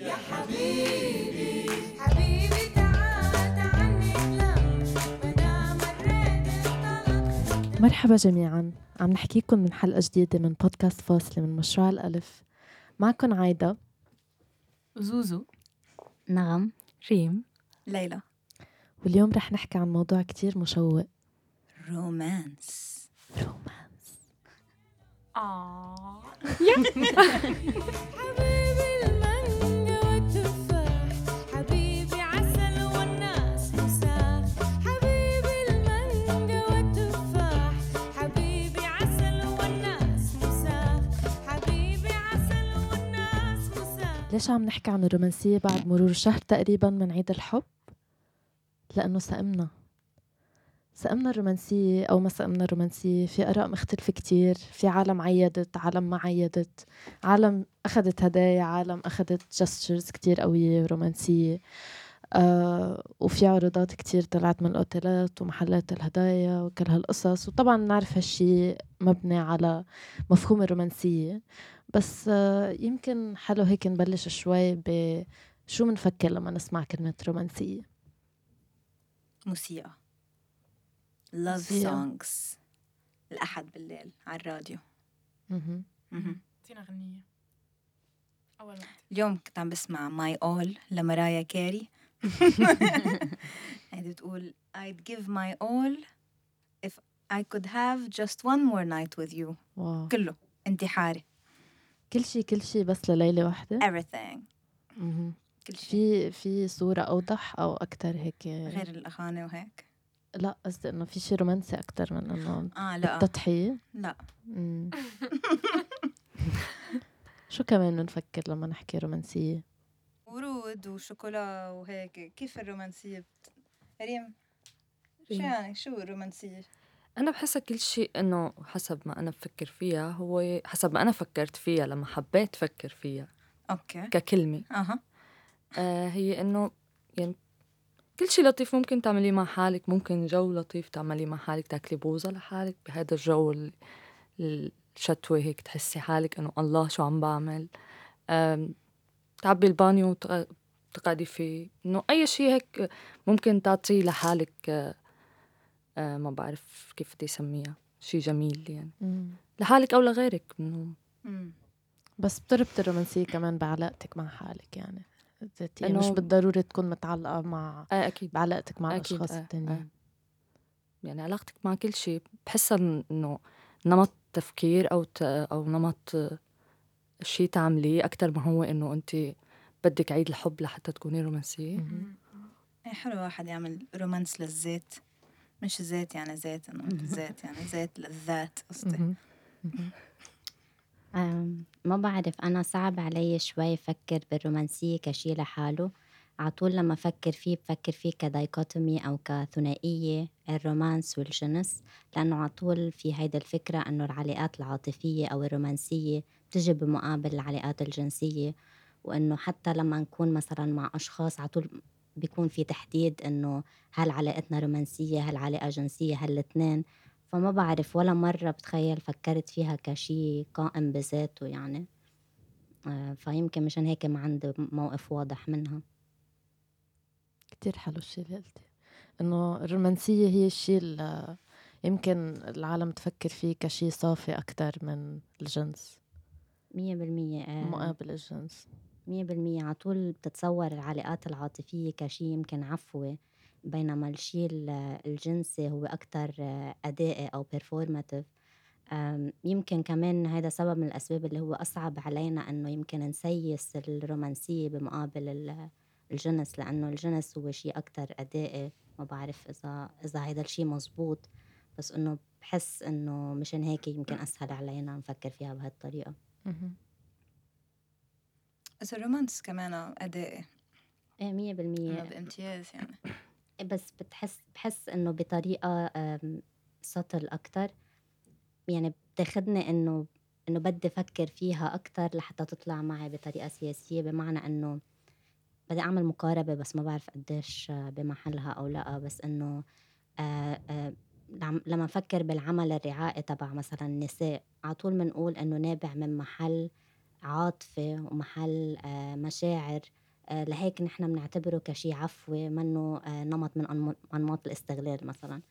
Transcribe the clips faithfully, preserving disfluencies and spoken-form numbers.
يا حبيبي حبيبي تعال تعال نحلم مدام الريت الطلب. مرحبا جميعاً، عم نحكيكم من حلقة جديدة من بودكاست فاصلة من مشروع الألف. معكم عايدة زوزو، نغم، ريم، ليلى. واليوم رح نحكي عن موضوع كتير مشوق. رومانس. رومانس. آه حبيبي المانجا والتفاح، حبيبي عسل والناس مساح. حبيبي المانجا والتفاح، حبيبي عسل والناس مساح. حبيبي عسل والناس مساح. ليش عم نحكي عن الرومانسية بعد مرور شهر تقريباً من عيد الحب؟ لأنه سئمنا سئمنا الرومانسية أو ما سئمنا الرومانسية. في آراء مختلفة كتير، في عالم عيدت، عالم ما عيدت، عالم أخذت هدايا، عالم أخذت جستشرز كتير قوية رومانسية. آه وفي عروضات كتير طلعت من الأوتيلات ومحلات الهدايا وكل هالقصص، وطبعا نعرف هالشي مبني على مفهوم الرومانسية. بس آه يمكن حلو هيك نبلش شوي بشو منفكر لما نسمع كلمة رومانسية. موسيقى love موسيقى. songs الأحد بالليل على الراديو. مهم. مهم. تينا غنية أول واحدة. اليوم كنت عم بسمع My All لمرايا كاري. هيدي بتقول I'd give my all if I could have just one more night with you. واو. كله انتحاري. كل شي كل شي بس لليلة واحدة. everything. مهم. كل شيء في في صورة أوضح أو أكتر هيك؟ غير الأغاني وهيك. لا قصدي إنه في شي رومانسي أكتر من إنه آه لا التضحية. لا مم. شو كمان نفكر لما نحكي رومانسية؟ ورود وشوكولا وهيك. كيف الرومانسية بت... ريم شو ريم. يعني شو الرومانسية؟ أنا بحس كل شيء إنه حسب ما أنا بفكر فيها، هو حسب ما أنا فكرت فيها لما حبيت فكر فيها أوكي. ككلمة. أها. آه هي إنه يعني كل شيء لطيف ممكن تعمليه مع حالك، ممكن جو لطيف تعمليه مع حالك، تاكلي بوزة لحالك بهذا الجو ال- الشتوي، هيك تحسي حالك إنه الله شو عم بعمل. آم، تعبي البانيو وتق- تقعدي فيه، إنه أي شيء هيك ممكن تعطيه لحالك. آه آه ما بعرف كيف بدي أسميها، شيء جميل يعني مم. لحالك أو لغيرك. إنه أمم. بس بتربط الرومانسية كمان بعلاقتك مع حالك، يعني يعني مش إنه بالضروري تكون متعلقة مع آه أكيد بعلاقتك مع أكيد الأشخاص آه التانيين. آه. يعني علاقتك مع كل شيء بحسها إن- إنه نمط تفكير أو ت... أو نمط شيء تعمليه أكتر ما هو إنه أنت بدك عيد الحب لحتى تكوني رومانسية. مهم. إيه حلو واحد يعمل رومانس للزيت، مش زيت يعني زيت إنه زيت يعني زيت للذات قصدي. مهم. مهم. أم، ما بعرف، أنا صعب علي شوي أفكر بالرومانسية كشي لحاله. عطول لما أفكر فيه بفكر فيه كدايكوتومي أو كثنائية، الرومانس والجنس، لأنه عطول في هيدا الفكرة أنه العلاقات العاطفية أو الرومانسية بتجي بمقابل العلاقات الجنسية، وأنه حتى لما نكون مثلا مع أشخاص عطول بيكون في تحديد أنه هل علاقتنا رومانسية هل علاقة جنسية هل الاثنين. فما بعرف ولا مرة بتخيل فكرت فيها كشي قائم بذاته يعني. آه، فيمكن مشان هيك ما عندي موقف واضح منها. كتير حلو الشي اللي قلتي، إنه الرومانسية هي الشي اللي يمكن العالم تفكر فيه كشي صافي أكتر من الجنس، مية بالمية آه، مقابل الجنس. مية بالمية عطول بتتصور العلاقات العاطفية كشي يمكن عفوي، بينما الشي ال- الجنسي هو أكتر آه، أدائي أو performative. آم، يمكن كمان هذا سبب من الأسباب اللي هو أصعب علينا أنه يمكن نسيس الرومانسية بمقابل ال- الجنس، لأنه الجنس هو شيء أكتر أدائي. ما بعرف إذا إذا هذا الشيء مزبوط، بس إنه بحس إنه مشان هيك يمكن أسهل علينا نفكر فيها بهالطريقة. مهم. بس الرومانس كمان أدائي إيه مية إنه بالمية. بامتياز يعني. بس بتحس بحس إنه بطريقة سطل أكتر، يعني بتاخدني إنه إنه بدي أفكر فيها أكتر لحتى تطلع معي بطريقة سياسية، بمعنى إنه بدي أعمل مقاربة بس ما بعرف قديش بمحلها أو لا. بس إنه آه آه لم- لما أفكر بالعمل الرعائي تبع مثلا النساء، عطول منقول إنه نابع من محل عاطفة ومحل آه، مشاعر. آه، لهيك نحن بنعتبره كشي عفوي منه آه، نمط من أنم- أنماط الاستغلال مثلا.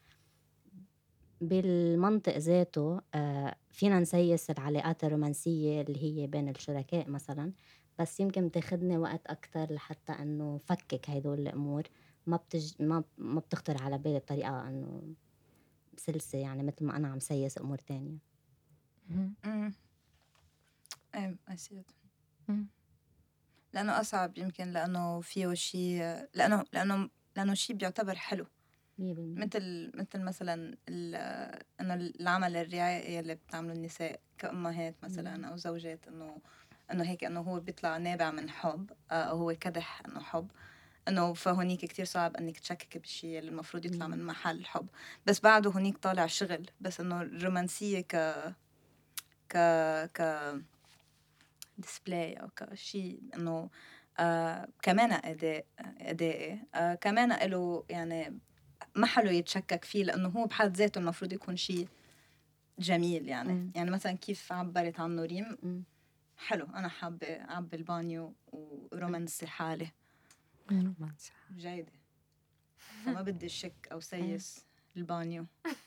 بالمنطق ذاته آه، فينا نسيس العلاقات الرومانسية اللي هي بين الشركاء مثلا، بس يمكن تاخدني وقت أكتر لحتى أنه فكك هيدول الأمور. ما بتج... ما ما بتخطر على بالي بطريقة أنه سلسة، يعني مثل ما أنا عم سيس أمور تانية. امم ايه أسيد. مم. لأنه أصعب يمكن، لأنه فيه شيء، لأنه لأنه لأنه شيء بيعتبر حلو، مية بالمية. مثل مثل مثلا ال- إنه العمل الرعاية اللي بتعمله النساء كأمهات مثلا أو زوجات، إنه إنه هيك إنه هو بيطلع نابع من حب، أو هو كدح إنه حب، إنه فهونيك كتير صعب إنك تشكك بالشيء اللي المفروض يطلع من محل الحب، بس بعده هونيك طالع شغل. بس إنه الرومانسية ك ك ك ديسبلاي أو كشيء إنه آه كمان أداء أدائي آه كمان له يعني محله يتشكك فيه، لأنه هو بحد ذاته المفروض يكون شيء جميل يعني. مم. يعني مثلا كيف عبرت عنه ريم، مم. حلو، أنا حابة أعبي البانيو ورومانسي حالي، رومانسي. جيدة، فما بدي شك أو سيس البانيو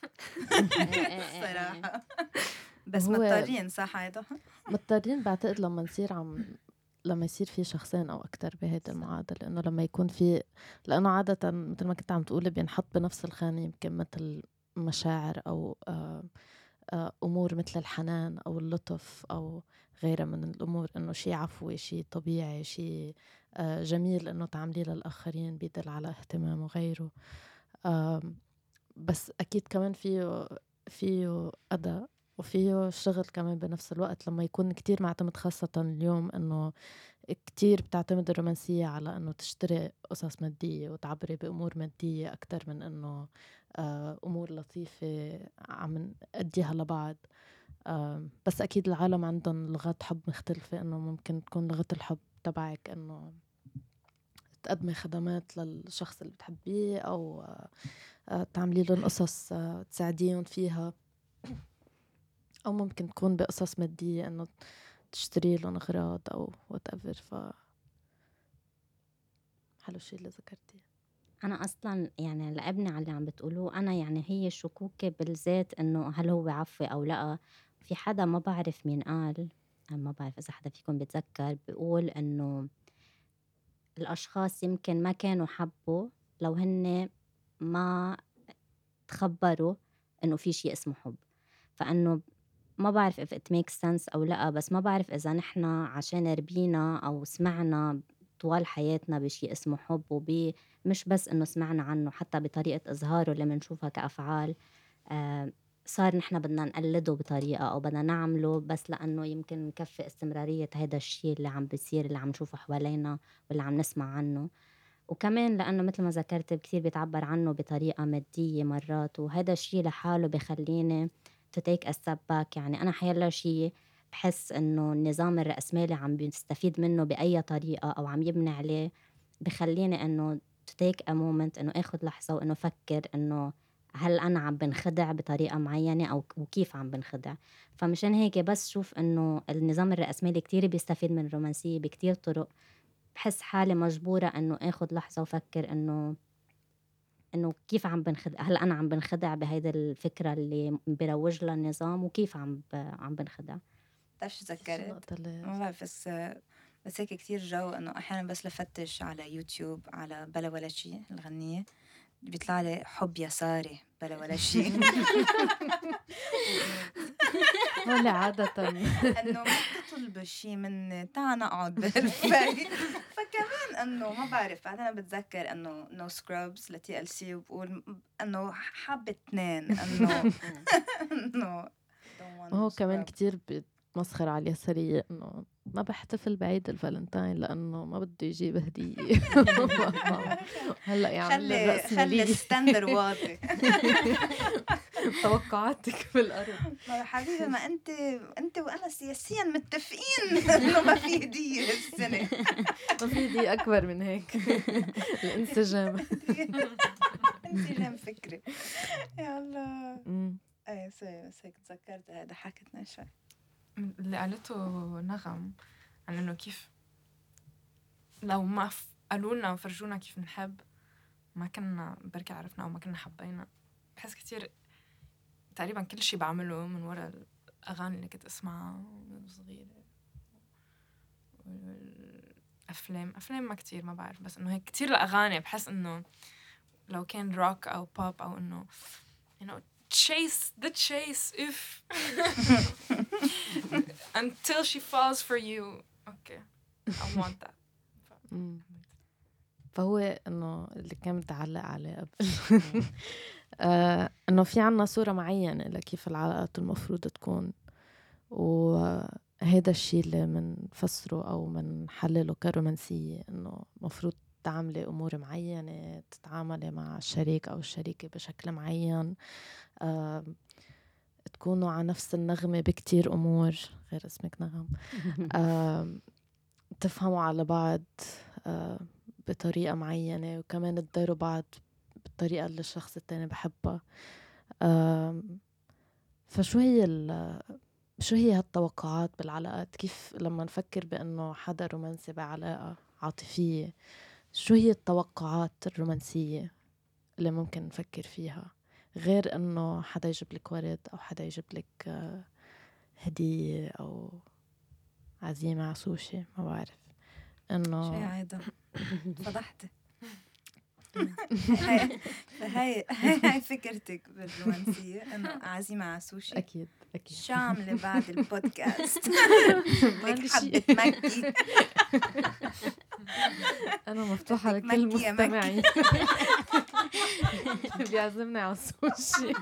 صراحة. بس هو- مضطرين صح هيدا. مضطرين بعتقد لما نصير عم لما يصير في شخصين او اكتر بهيدا المعادله، انه لما يكون في، لانه عاده مثل ما كنت عم تقولي بينحط بنفس الخانه يمكن مثل مشاعر او آه آه امور مثل الحنان او اللطف او غيرها من الامور، انه شيء عفوي، شيء طبيعي، شيء آه جميل انه تعمليه للاخرين، بيدل على اهتمام وغيره. آه بس اكيد كمان فيه فيه أداء وفيه شغل كمان بنفس الوقت، لما يكون كتير معتمد خاصة اليوم انه كتير بتعتمد الرومانسية على انه تشتري قصص مادية وتعبري بأمور مادية اكتر من انه آه امور لطيفة عم نأديها لبعض. آه بس اكيد العالم عندهم لغات حب مختلفة، انه ممكن تكون لغة الحب تبعك انه تقدمي خدمات للشخص اللي بتحبيه، او آه آه تعملي لهم قصص آه تساعديهم فيها، او ممكن تكون بقصص مادية انه تشتري لهم اغراض او whatever. ف حلو الشيء اللي ذكرتيه. أنا أصلا يعني لأبني على اللي عم بتقولوه، أنا يعني هي شكوكي بالذات إنه هل هو عفوي أو لأ. في حدا ما بعرف مين قال، ما بعرف إذا حدا فيكم بتذكر، بيقول إنه الأشخاص يمكن ما كانوا حبوا لو هن ما تخبروا إنه في شيء اسمه حب. فإنه ما بعرف if it makes sense أو لأ، بس ما بعرف إذا نحنا عشان ربينا أو سمعنا طوال حياتنا بشيء اسمه حب، وبي مش بس إنه سمعنا عنه، حتى بطريقة إظهاره اللي منشوفها كأفعال، آه صار نحنا بدنا نقلده بطريقة أو بدنا نعمله بس لأنه يمكن نكفي استمرارية هيدا الشيء اللي عم بيصير، اللي عم نشوفه حوالينا واللي عم نسمع عنه. وكمان لأنه مثل ما ذكرت كتير بيتعبر عنه بطريقة مادية مرات، وهذا الشيء لحاله بخليني to take a step back. يعني أنا حيلا شيء بحس إنه النظام الرأسمالي عم بيستفيد منه بأي طريقة أو عم يبني عليه، بخليني إنه to take a moment، إنه أخذ لحظة وإنه فكر إنه هل أنا عم بنخدع بطريقة معينة أو وكيف عم بنخدع. فمشان هيك بس شوف إنه النظام الرأسمالي كتير بيستفيد من الرومانسية بكتير طرق، بحس حالي مجبورة إنه أخذ لحظة وفكر إنه إنه كيف عم بنخدع، هل أنا عم بنخدع بهيدا الفكرة اللي بيروج لها النظام، وكيف عم ب... عم بنخدع. تعرف شو ذكرت؟ النقطة اللي ما بعرف، بس بس هيك كتير جو إنه أحيانا بس لفتش على يوتيوب على بلا ولا شي الغنية، بيطلع لي حب يساري بلا ولا شي. هو عادة إنه ما تطلب شي مني، تعا نقعد بالرفاق. فكمان إنه ما بعرف، بعدين أنا بتذكر إنه نو سكرابس لتي ال سي، وبقول إنه حابة اتنين، إنه إنه هو كمان كتير بتمسخر على اليسارية إنه ما بحتفل بعيد الفالنتاين لأنه ما بده يجيب هدية. هلا يعني خلي خلي الستاندر واطي. توقعاتك بالأرض. ما حبيبي، ما انت انت وانا سياسيا متفقين انه ما في هديه السنه. ما في هدية أكبر من هيك. الانسجام. انسجام فكري. يا الله. ايه سوري، بس هيك تذكرت هذا، حكتنا شوي. اللي قالته نغم عن إنه كيف لو ما قالوا لنا وفرجونا كيف نحب ما كنا بركي عرفنا أو ما كنا حبينا. بحس كتير تقريبا كل شي بعمله من وراء الأغاني اللي كنت أسمعها من صغيرة. أفلام أفلام ما كتير ما بعرف، بس إنه هيك كتير الأغاني بحس إنه لو كان روك أو بوب أو إنه you know chase the chase if until she falls for you. okay I want that. فهو إنه اللي كان متعلق عليه قبل آه إنه في عنا صورة معينة لكيف العلاقات المفروض تكون، وهذا الشيء اللي منفسره أو منحلله كرومانسية، إنه مفروض تعملي أمور معينة، تتعاملي مع الشريك أو الشريكة بشكل معين، آه تكونوا على نفس النغمة بكتير أمور غير اسمك نغم، آه تفهموا على بعض آه بطريقة معينة، وكمان تداروا بعض بالطريقة اللي الشخص التاني بحبها. فشو هي شو هي هالتوقعات بالعلاقات؟ كيف لما نفكر بأنه حدا رومانسي بعلاقة عاطفية، شو هي التوقعات الرومانسية اللي ممكن نفكر فيها غير أنه حدا يجيب لك ورد أو حدا يجيب لك هدية أو عزيمة على سوشي؟ ما بعرف إنه شيء عادة فضحت. هاي هاي هاي فكرتك بالرومانسية إنه عزيمة على سوشي؟ أكيد أكيد. شو عاملة بعد البودكاست؟ لك حبة مكي. أنا مفتوحة لكل مستمعي بيعزمني على السوشي.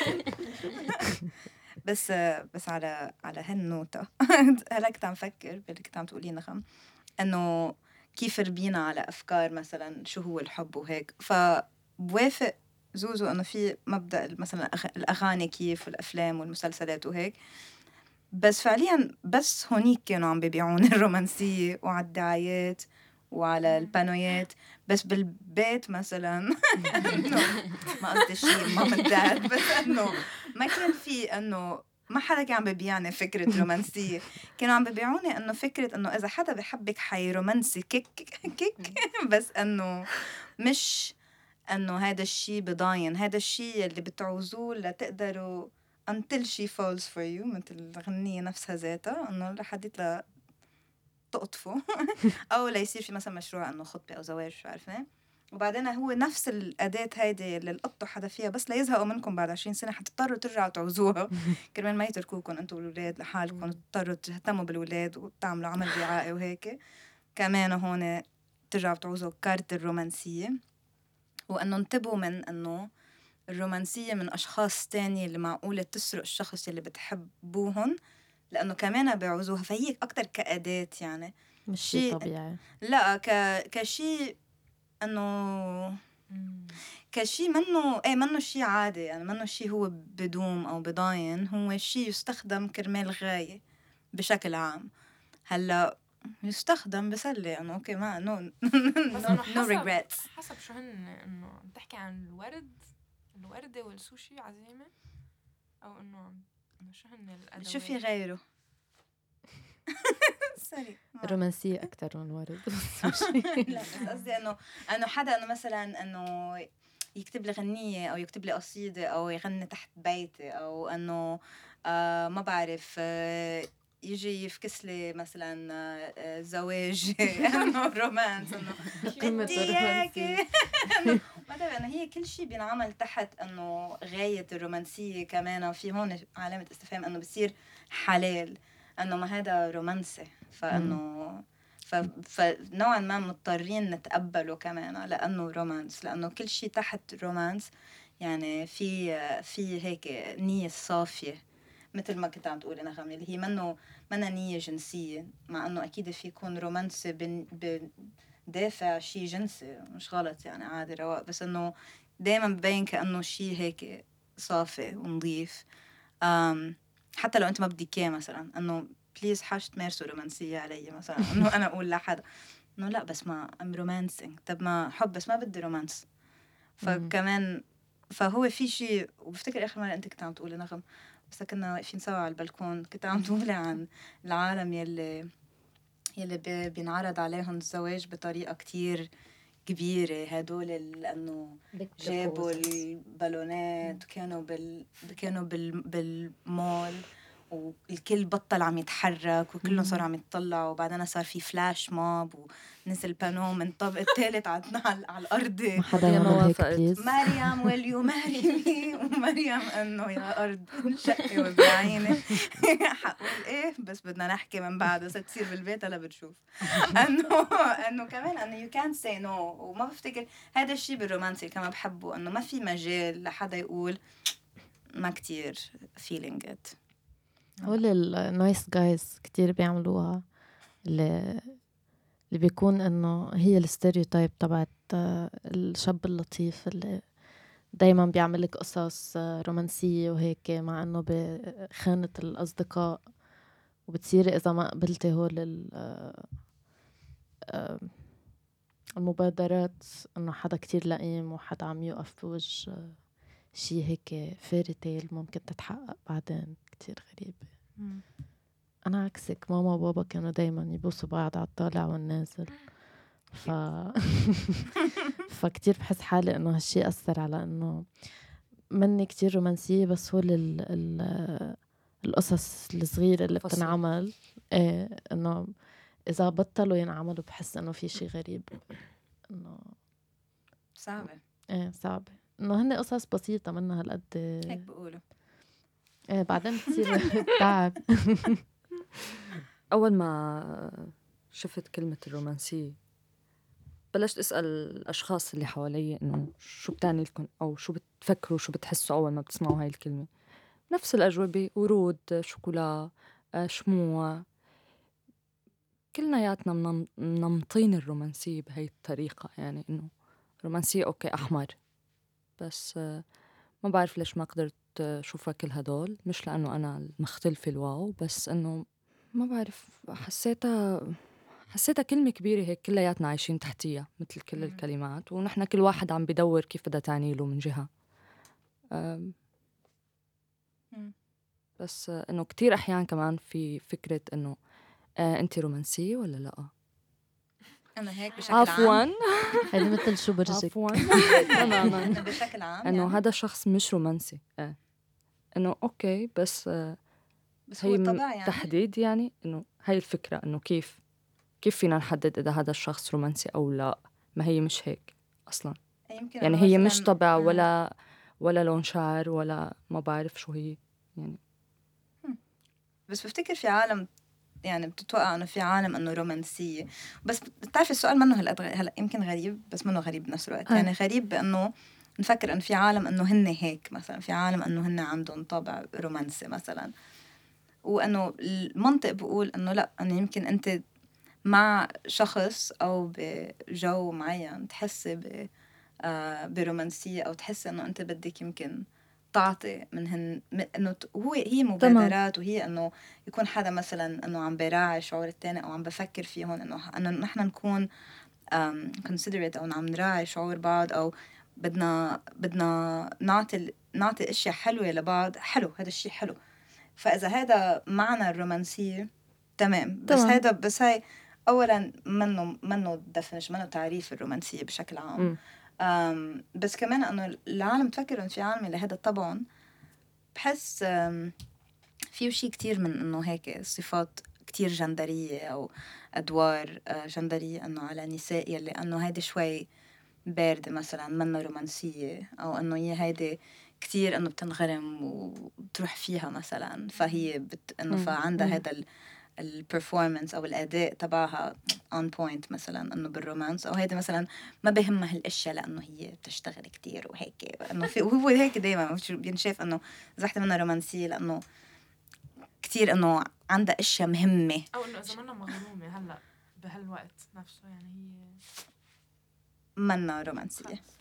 بس بس على على هالنوتة هلا كنت عم فكر باللي كنت عم تقولي نغم إنه كيف ربينا على أفكار مثلا شو هو الحب وهيك. فبوافق زوزو إنه في مبدأ مثلا الأغاني كيف والأفلام والمسلسلات وهيك، بس فعليا بس هونيك كانوا عم بيبيعون الرومانسية وعلى الدعايات وعلى البانويات، بس بالبيت مثلا ما قصدي شيء مام الداد، بس إنه ما كان في إنه ما حدا كان عم ببيعني فكرة رومانسية، كانوا عم ببيعوني إنه فكرة إنه إذا حدا بحبك حي رومانسي كيك كيك بس إنه مش إنه هذا الشيء بضاين، هذا الشيء اللي بتعوزوه لتقدروا until she falls for you، مثل الغنية نفسها ذاتها، إنه لحديت لا تقطفوا أو لا يصير في مثلا مشروع إنه خطبة أو زواج شو عارفة. وبعدين هو نفس الأداة هيدي اللي لقطوا حدا فيها بس لا يزهقوا منكم بعد عشرين سنة، حتضطروا ترجعوا تعوزوها كرمال ما يتركوكم أنتوا والولاد لحالكم، تضطروا تهتموا بالولاد وتعملوا عمل رعاية وهيك. كمان هون ترجعوا تعوزوا كارت الرومانسية. وأنه انتبهوا من أنه الرومانسية من أشخاص تاني اللي معقولة تسرق الشخص اللي بتحبوهن، لأنه كمان بيعوزوها، فهي أكتر كأداة يعني مش شيء طبيعي. لا ك كشيء انه كشي منه ايه منه شيء عادي يعني، منه شيء هو بدوم او بضاين، هو شيء يستخدم كرمال غاية بشكل عام. هلا يستخدم بسلي انه اوكي ما نو نو ريجريتس. حسب شو هن، انه عم تحكي عن الورد الوردة والسوشي عزيمة، او انه انه شو هن الادوات؟ شو في غيره؟ سوري رومانسية أكتر من ورد. لا بس قصدي إنه إنه حدا إنه مثلاً إنه يكتب لي غنية أو يكتب لي قصيدة أو يغني تحت بيتي، أو إنه آه ما بعرف آه يجي يفكس لي مثلاً آه زواج إنه رومانس، إنه بدي إياكي ما بعرف إنه هي كل شيء بينعمل تحت إنه غاية الرومانسية. كمان في هون علامة استفهام إنه بصير حلال انه ما هذا رومانسي، فانه ف... فنوعا ما مضطرين نتقبله كمان لانه رومانس، لانه كل شيء تحت رومانس يعني في في هيك نية صافية مثل ما كنت عم تقولي نغم، اللي هي منه منها نية جنسية، مع انه اكيد في يكون رومانسي بن... بدافع شيء جنسي مش غلط يعني عادي رواق، بس انه دايما ببين كانه شيء هيك صافي ونظيف. أم حتى لو انت ما بدك اياه مثلا انه بليز حاش تمارسوا رومانسيه علي مثلا، انه انا اقول لحدا انه لا بس ما ام رومانسينج، طب ما حب بس ما بدي رومانس. فكمان فهو في شيء، وبفتكر اخر مره انت كنت عم تقولي نغم بس كنا واقفين سوا على البلكون كنت عم تقولي عن العالم يلي يلي بي- بينعرض عليهم الزواج بطريقة كتير كبيرة، هدول لأنه جابوا البالونات وكانوا بال كانوا بال بالمول والكل بطل عم يتحرك وكلهم صاروا عم يتطلعوا، وبعدين صار في فلاش موب ونزل بانو من الطابق الثالث على على الأرض. ما حدا يعمل هيك بليز. مريم will you marry me؟ ومريم انه يا ارض انشقي وابلعيني. حقول ايه بس بدنا نحكي من بعد بس تصير بالبيت هلا بتشوف. انه انه كمان انه you can't say no. وما بفتكر هذا الشيء بالرومانسي كمان بحبه، انه ما في مجال لحدا يقول ما كتير feeling it. هول النايس جايز كتير بيعملوها، اللي اللي بيكون انه هي الستيريوتايب تبعت الشاب اللطيف اللي دايما بيعملك قصص رومانسية وهيك، مع انه بخانة الأصدقاء، وبتصيري إذا ما قبلتي هول المبادرات انه حدا كتير لئيم وحدا عم يوقف بوجه شي هيك فيري تيل ممكن تتحقق بعدين. كتير غريبة. أنا عكسك، ماما وبابا كانوا دايما يبوسوا بعض على الطالع والنازل، ف... فكتير بحس حالي إنه هالشي أثر على إنه مني كتير رومانسية، بس هو ال... ال... القصص الصغيرة اللي فصل. بتنعمل إيه إنه إذا بطلوا ينعملوا بحس إنه في شي غريب، إنه صعبة. إيه صعبة، إنه هن قصص بسيطة منها هالقد هيك بقولوا. إيه بعدين بتصير تعب. أول ما شفت كلمة الرومانسية بلشت أسأل الأشخاص اللي حوالي إنه شو بتعني لكم أو شو بتفكروا شو بتحسوا أول ما بتسمعوا هاي الكلمة. نفس الأجوبة، ورود، شوكولا، شموع، كلناياتنا منم- منمطين الرومانسية بهاي الطريقة. يعني إنه رومانسية أوكي أحمر، بس ما بعرف ليش ما قدرت شوفها كل هدول، مش لأنه أنا المختلفة الواو، بس إنه ما بعرف حسيتها حسيتها كلمة كبيرة هيك كلياتنا عايشين تحتيها مثل كل الكلمات، ونحن كل واحد عم بدور كيف بدها تعني له من جهة. بس إنه كتير أحيان كمان في فكرة إنه آه أنت رومانسية ولا لأ؟ أنا هيك بشكل عفواً عام. هذه مثل شو برجك. عفواً تماماً. أنا بشكل عام إنه يعني. هذا شخص مش رومانسي. آه إنه أوكي، بس آه بس هو هي الطبع يعني. تحديد، يعني إنه هاي الفكرة إنه كيف كيف فينا نحدد إذا هذا الشخص رومانسي أو لا. ما هي مش هيك أصلاً. يمكن يعني أنا هي مثلاً- مش طبع آه. ولا ولا لون شعر ولا ما بعرف شو هي يعني. بس بفتكر في عالم يعني بتتوقع انه في عالم انه رومانسيه، بس بتعرفي السؤال منه هلا هلا يمكن غريب بس منه غريب بنفس الوقت. هاي. يعني غريب بانه نفكر انه في عالم انه هن هيك مثلا، في عالم انه هن عندهم طابع رومانسي مثلا، وانه المنطق بقول انه لا، انه يمكن انت مع شخص او بجو معين تحسي ب آه برومانسيه، او تحسي انه انت بدك يمكن تعطي منهن انه هو هي مبادرات، وهي انه يكون حدا مثلا انه عم بيراعي شعور التاني او عم بفكر فيهم، انه انه نحن نكون considerate او عم نراعي شعور بعض، او بدنا بدنا نعطي نعطي اشياء حلوه لبعض. حلو هذا الشيء حلو. فاذا هذا معنى الرومانسيه تمام، بس تمام. هذا بس هاي اولا منه منه definition، منه تعريف الرومانسيه بشكل عام. م. أم بس كمان انه العالم تفكر انه في عالم اللي هذا طبعا بحس فيه شيء كتير من انه هيك صفات كتير جندرية او ادوار جندرية انه على نساء، يلي انه هيدي شوي باردة مثلا منها رومانسية، او انه هي هيدي كتير انه بتنغرم وبتروح فيها مثلا، فهي بت انه فعندها هذا البرفورمانس او الاداء تبعها on point مثلا انه بالرومانس، او هيدي مثلا ما بهمها هالاشياء لانه هي بتشتغل كتير وهيك، انه في وهو هيك دائما بينشاف انه زحت منها رومانسيه لانه كتير انه عندها اشياء مهمه، او انه اذا منا مغرومه هلا بهالوقت نفسه يعني هي منا رومانسيه.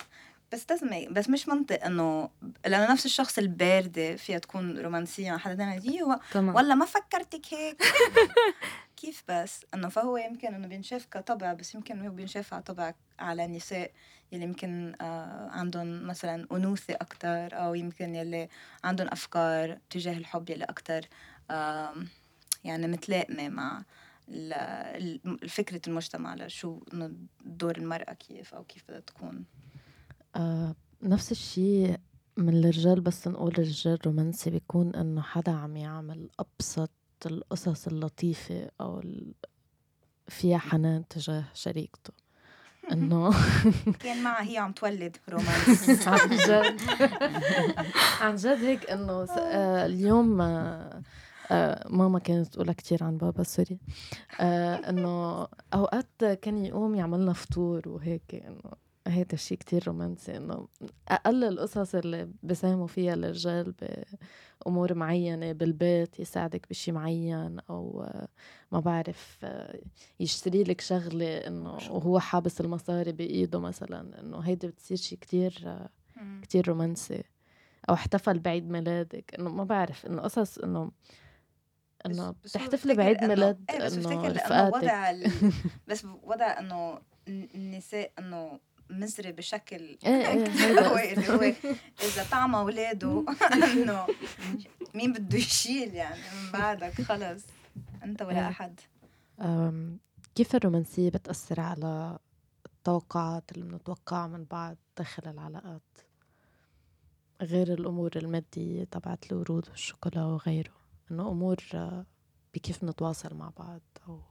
بس لازم بس مش منطق انه لانه نفس الشخص الباردة فيها تكون رومانسية مع حدا تاني و... تمام. ولا ما فكرتك هيك كيف بس انه فهو يمكن انه بينشاف كطبع بس يمكن هو بينشاف على طبع على النساء يلي يمكن آه عندهم مثلا أنوثة أكتر أو يمكن يلي عندهم أفكار تجاه الحب يلي أكتر آه يعني متلائمة مع الفكرة المجتمع لشو إنه دور المرأة كيف أو كيف بدها تكون. آه نفس الشيء من الرجال، بس نقول الرجال رومانسي بيكون إنه حدا عم يعمل أبسط القصص اللطيفة أو ال... فيها حنان تجاه شريكته. إنه كان معها هي عم تولد رومانس. عن جد عن جد هيك إنه س... آه اليوم آه آه ماما كانت تقولها كتير عن بابا سوري آه إنه أوقات كان يقوم يعملنا فطور وهيك، إنه هيدا الشيء كتير رومانسي. إنه أقل القصص اللي بساهموا فيها الرجال بأمور معينة بالبيت، يساعدك بشي معين أو ما بعرف يشتري لك شغلة إنه وهو حابس المصاري بإيده مثلا، إنه هيدا بتصير شي كتير كتير رومانسي. أو احتفل بعيد ميلادك، إنه ما بعرف إنه قصص إنه إنه بتحتفلي بعيد ميلاد إيه بس إنه بفتكر لأنه رفقاتك. وضع ال... بس وضع إنه النساء إنه مزري بشكل ايه ايه هيدا هو قصدي. اللي هو إذا طعم أولاده إنه مين بده يشيل يعني من بعدك خلص أنت ولا إيه. أحد. أم، كيف الرومانسية بتأثر على التوقعات اللي بنتوقعها من بعض داخل العلاقات غير الأمور المادية تبعت الورود والشوكولا وغيره، إنه أمور آه، بكيف نتواصل مع بعض أو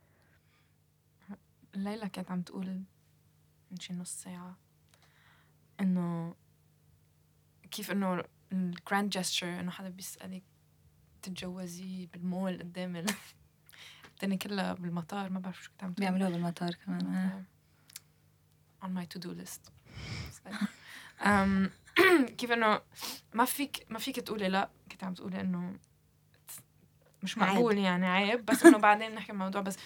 ليلى كانت عم تقول من شي نص ساعة إنه كيف إنه الجراند جيستشر إنه حدا بيسألك تتجوزي بالمول قدام ال التاني كلها بالمطار، ما بعرف شو كنت عم تقول. بيعملوها بالمطار كمان آه. on my to do list. um, كيف إنه ما فيك ما فيك تقولي لا، كنت عم تقولي إنه مش مقبول عيب. يعني عيب، بس إنه بعدين نحكي الموضوع. بس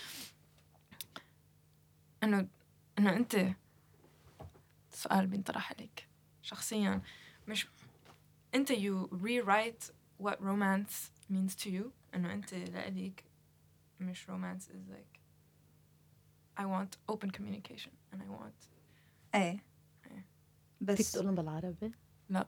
إنه إنه أنت سؤال بينطرح عليك شخصيا، مش أنت you rewrite what romance means to you. إنه أنت لقليك مش romance is like I want open communication and I want إيه فيك بس تقولهم بالعربي؟ لا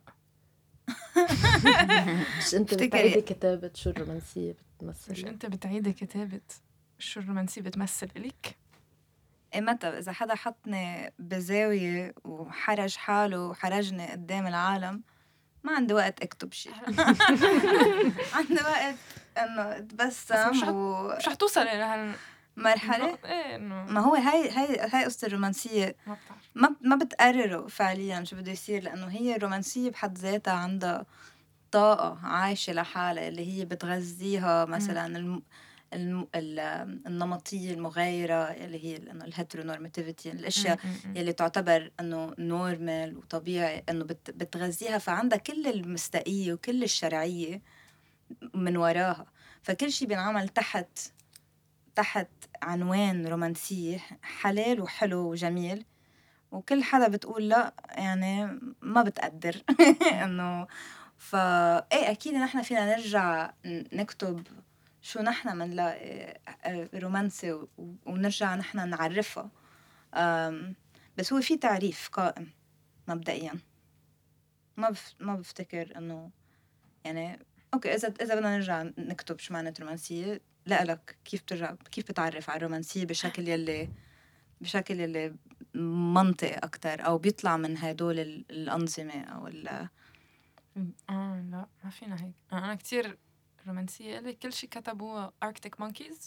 مش أنت بفتكر- بتعيدي كتابة شو الرومانسية بتمثل؟ مش أنت بتعيدي كتابة شو الرومانسية بتمثل إليك؟ إيه متى إذا حدا حطني بزاوية وحرج حاله وحرجني قدام العالم ما عندي وقت أكتب شي. عندي وقت إنه أتبسم مش و مش رح توصل إلى مرحلة. هال إيه إنه ما هو هاي هاي هاي قصة الرومانسية ما بتعرف. ما ما بتقرروا فعليا شو بده يصير، لأنه هي الرومانسية بحد ذاتها عندها طاقة عايشة لحالها اللي هي بتغذيها مثلا الم... الم... ال- النمطية المغايرة اللي هي إنه الهيترونورماتيفيتي، الأشياء يلي تعتبر إنه نورمال وطبيعي إنه بت... بتغذيها، فعندها كل المستائية وكل الشرعية من وراها، فكل شيء بينعمل تحت تحت عنوان رومانسية حلال وحلو وجميل، وكل حدا بتقول لا يعني ما بتقدر إنه فا ايه اكيد نحن فينا نرجع نكتب شو نحن منلاقي رومانسي و- ونرجع نحن نعرفها. أم، بس هو في تعريف قائم مبدئيا، ما بف ما بفتكر انه يعني اوكي اذا اذا بدنا نرجع نكتب شو معنى رومانسية، لا لك كيف ترجع كيف بتعرف على الرومانسية بشكل يلي بشكل يلي منطقي اكتر او بيطلع من هدول ال- الانظمة او ال آه لا ما فينا هيك. أنا كتير رومانسية إلي كل شي كتبوه Arctic Monkeys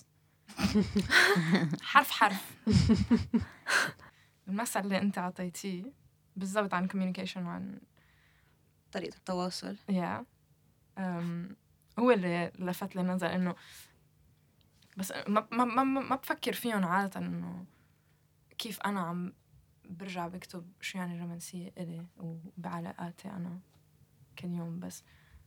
حرف حرف. المثل اللي أنت عطيتيه بالضبط عن communication وعن طريقة التواصل. yeah. um, هو اللي لفت لي نظر إنه بس ما ما ما ما بفكر فيهم عادة إنه كيف أنا عم برجع بكتب شو يعني رومانسية إلي وبعلاقاتي أنا كل يوم. بس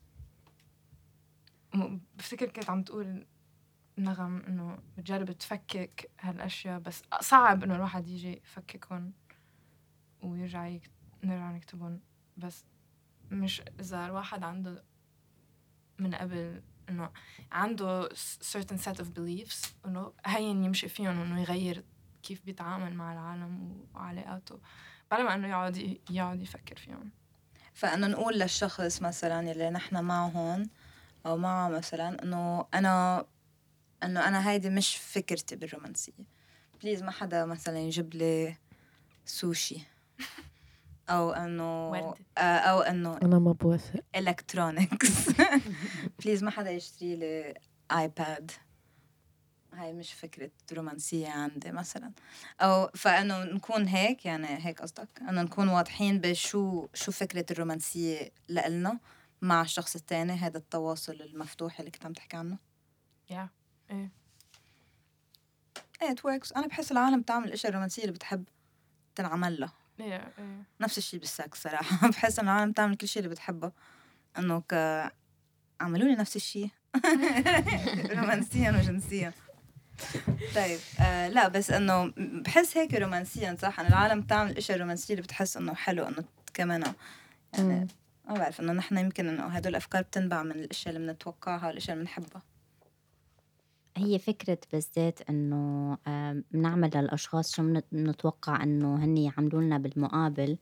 م- بفتكر كنت عم تقول نغم إنه بتجرب تفكك هالأشياء، بس صعب إنه الواحد يجي يفككهم ويرجع يك- نرجع نكتبهم. بس مش إذا الواحد عنده من قبل إنه عنده certain set of beliefs إنه هين يمشي فيهم وإنه يغير كيف بيتعامل مع العالم وعلاقاته بلا ما إنه يقعد يقعد يفكر فيهم. فأنا نقول للشخص مثلا اللي نحن معه هون أو معه مثلا إنه أنا إنه أنا هيدي مش فكرتي بالرومانسية، بليز ما حدا مثلا يجيب لي سوشي أو إنه أو إنه أنا ما بوافق إلكترونيكس. بليز ما حدا يشتري لي آيباد، هاي مش فكرة رومانسية عندي مثلا. أو فإنه نكون هيك، يعني هيك قصدك إنه نكون واضحين بشو شو فكرة الرومانسية لإلنا مع الشخص التاني، هذا التواصل المفتوح اللي كنت عم تحكي عنه. yeah. إيه إيه it works. أنا بحس العالم بتعمل الأشياء الرومانسية اللي بتحب تنعمل لها. إيه إيه نفس الشيء بالسكس صراحة. بحس إن العالم بتعمل كل شيء اللي بتحبه، إنه ك عملوا لي نفس الشيء رومانسيا وجنسيا. طيب آه لا بس انه بحس هيك رومانسيا صح، ان العالم بتعمل الاشياء الرومانسيه اللي بتحس انه حلو انه كمان يعني ما بعرف انه نحن يمكن انه هدول الافكار بتنبع من الاشياء اللي بنتوقعها والاشياء اللي بنحبها. هي فكرة بالذات إنه بنعمل للأشخاص شو بنتوقع إنه هني يعملوا لنا بالمقابل.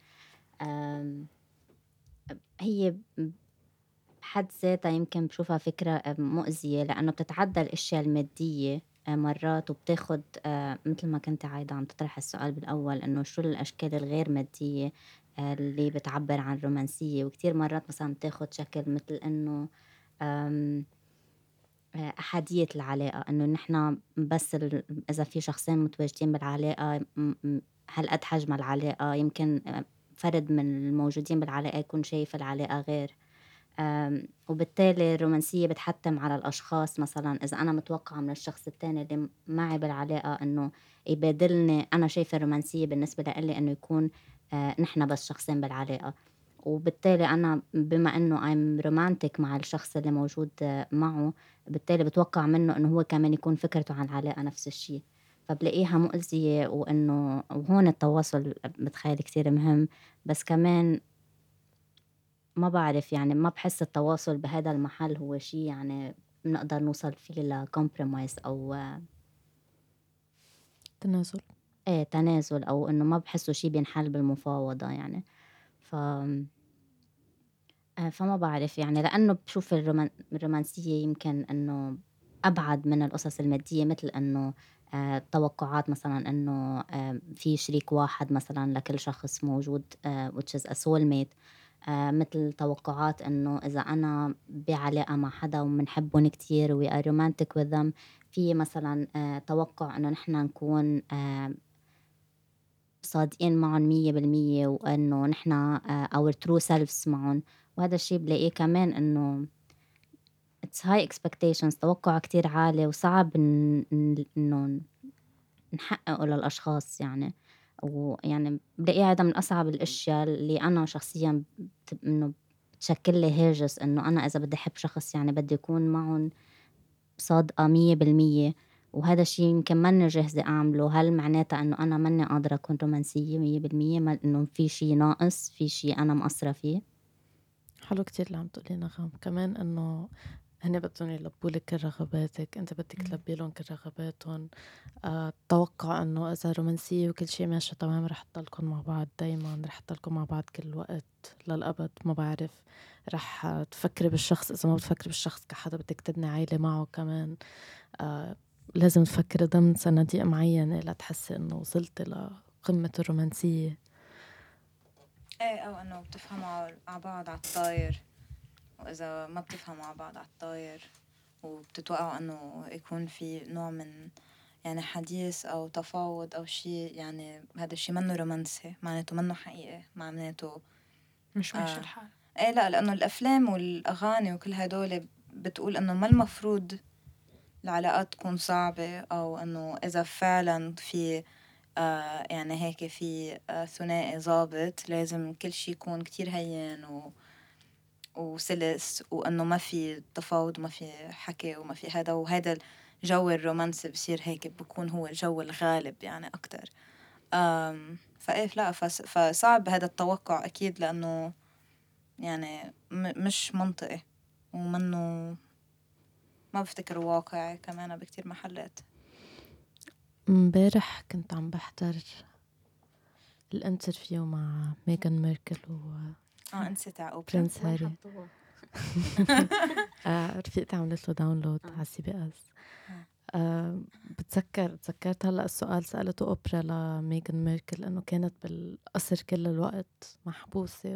هي بحد ذاتها يمكن بشوفها فكرة مؤذية، لأنه بتتعدى الأشياء المادية مرات، وبتاخد مثل ما كنت عايدة عم تطرح السؤال بالأول إنه شو الأشكال الغير مادية اللي بتعبر عن الرومانسية، وكتير مرات مثلا بتاخد شكل مثل إنه أحادية العلاقة، إنه نحنا بس إذا في شخصين متواجدين بالعلاقة هل حجم العلاقة، يمكن فرد من الموجودين بالعلاقة يكون شايف العلاقة غير. وبالتالي الرومانسية بتحتم على الأشخاص، مثلا إذا أنا متوقعة من الشخص التاني اللي معي بالعلاقة إنه يبادلني، أنا شايفة الرومانسية بالنسبة لي إنه يكون نحنا بس شخصين بالعلاقة، وبالتالي أنا بما إنه I'm romantic مع الشخص اللي موجود معه، بالتالي بتوقع منه إنه هو كمان يكون فكرته عن العلاقة نفس الشيء، فبلاقيها مؤذية. وإنه وهون التواصل بتخيل كتير مهم، بس كمان ما بعرف يعني ما بحس التواصل بهذا المحل هو شيء يعني بنقدر نوصل فيه لكومبرومايز أو تنازل. إيه تنازل، أو إنه ما بحسه شيء بينحل بالمفاوضة يعني. ف فما بعرف يعني، لأنه بشوف الرومان... الرومانسية يمكن إنه أبعد من القصص المادية، مثل إنه آه توقعات مثلا إنه آه في شريك واحد مثلا لكل شخص موجود آه which is a soulmate. آه مثل توقعات إنه إذا أنا بعلاقة مع حدا ومنحبهم كتير we are romantic with them، في مثلا آه توقع إنه نحن نكون آه صادقين معهم مية بالمية، وإنه نحن آه our true selves معهم. وهذا الشيء بلاقيه كمان إنه it's high expectations، توقع كتير عالي وصعب إنه نحققه للأشخاص يعني. ويعني بلاقيه هذا من أصعب الأشياء اللي أنا شخصياً إنه بتشكل لي هاجس، إنه أنا إذا بدي أحب شخص يعني بدي يكون معهم صادقة مية بالمية، وهذا الشيء يمكن ماني جاهزة أعمله. هل معناتها إنه أنا ماني قادرة أكون رومانسية مية بالمية، ما إنه في شيء ناقص، في شيء أنا مقصرة فيه؟ حلو كتير اللي عم تقولي نغم، كمان إنه هن بدهم يلبوا لك كل رغباتك، انت بدك تلبي لهم كل رغباتهم. أه توقع انه اذا رومانسية وكل شيء ماشي تمام رح تضلكم مع بعض دايما، رح تضلكم مع بعض كل وقت للأبد. ما بعرف رح تفكري بالشخص، اذا ما بتفكري بالشخص كحدا بدك تبني عائلة معه كمان. أه لازم تفكري ضمن صناديق معينة لتحسي انه وصلتي لقمة الرومانسية. ايه او انه بتفهموا على بعض على الطاير، واذا ما بتفهموا على بعض على الطاير وبتتوقعوا انه يكون في نوع من يعني حديث او تفاوض او شيء، يعني هذا الشيء منه رومانسي، معناته منه حقيقي، معناته مش ماشي آه. الحال. ايه لا، لانه الافلام والاغاني وكل هدول بتقول انه ما المفروض العلاقات تكون صعبة، او انه اذا فعلا في آه يعني هيك في آه ثنائي ضابط لازم كل شيء يكون كتير هين و وسلس، وانه ما في تفاوض وما في حكي وما في هذا، وهذا الجو الرومانسي بصير هيك بكون هو الجو الغالب يعني اكتر. أم فايه لا فس- فصعب هذا التوقع اكيد لانه يعني م- مش منطقي ومنه ما بفتكر واقعي كمان بكتير محلات. امبارح كنت عم بحضر الانترفيو مع ميغان ميركل و اه انت تاع اوبرا برنس هاري. آه رفيقتي عملت له داونلود على سي بي اس. آه بتذكر تذكرت هلا السؤال سألته أوبرا لميغان ميركل إنه كانت بالقصر كل الوقت محبوسة،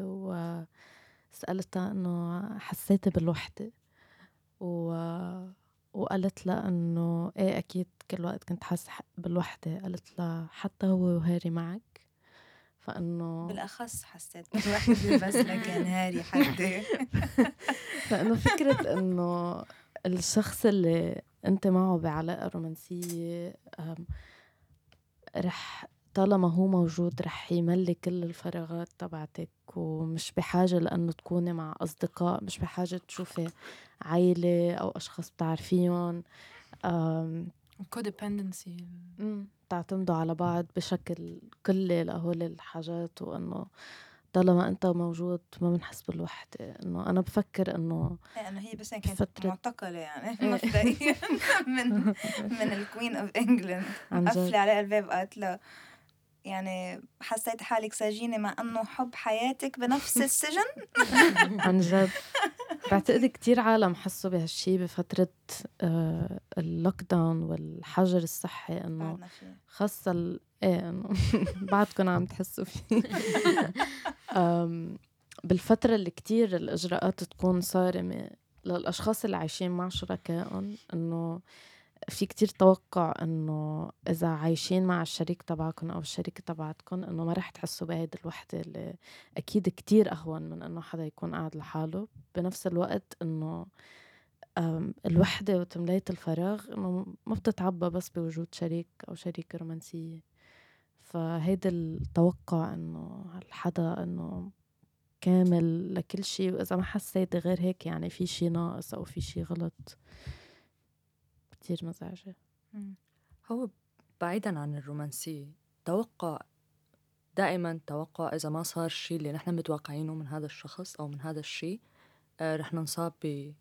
وسألتها إنه حسيتي بالوحدة و... وقالت لها إنه إيه أكيد كل وقت كنت حاسة بالوحدة. قالت لها حتى هو وهاري معك؟ فإنه بالاخص حسيت بالوحده بس لكن هاري حدي. فإنه فكرة إنه الشخص اللي أنت معه بعلاقة رومانسية أم، رح طالما هو موجود رح يملي كل الفراغات تبعتك، ومش بحاجة لأنه تكوني مع أصدقاء، مش بحاجة تشوفي عائلة أو أشخاص بتعرفيهم. أم، codependency. مم، تعتمدوا على بعض بشكل كلي لهول الحاجات، وإنه طالما أنت موجود ما بنحس بالوحدة. إنه أنا بفكر إنه يعني هي بس يعني كانت فترة معتقله يعني إيه. مبدئيا من من الكوين اوف انجلند عن جد. قفلي عليها الباب قالت له يعني حسيت حالك سجينة مع انه حب حياتك بنفس السجن. عن جد بعتقد كتير عالم حسوا بهالشي بفترة آه اللوك داون والحجر الصحي، إنه بعدنا فيه خاصة ال... إيه إنه بعدكم عم تحسوا فيه. أم، بالفترة اللي كتير الإجراءات تكون صارمة للأشخاص اللي عايشين مع شركائهم، إنه في كتير توقع إنه إذا عايشين مع الشريك تبعكم أو الشريكة تبعتكم إنه ما رح تحسوا بهيدي الوحدة اللي أكيد كتير أهون من إنه حدا يكون قاعد لحاله. بنفس الوقت إنه أم، الوحدة وتملية الفراغ إنه ما بتتعبى بس بوجود شريك أو شريكة رومانسية. فهيدا التوقع إنه هالحدا إنه كامل لكل شي، وإذا ما حسيتي غير هيك يعني في شي ناقص أو في شي غلط، كتير مزعجة. هو بعيدا عن الرومانسية، توقع دائما توقع إذا ما صار الشيء اللي نحن متوقعينه من هذا الشخص أو من هذا الشيء، آه رح ننصاب ب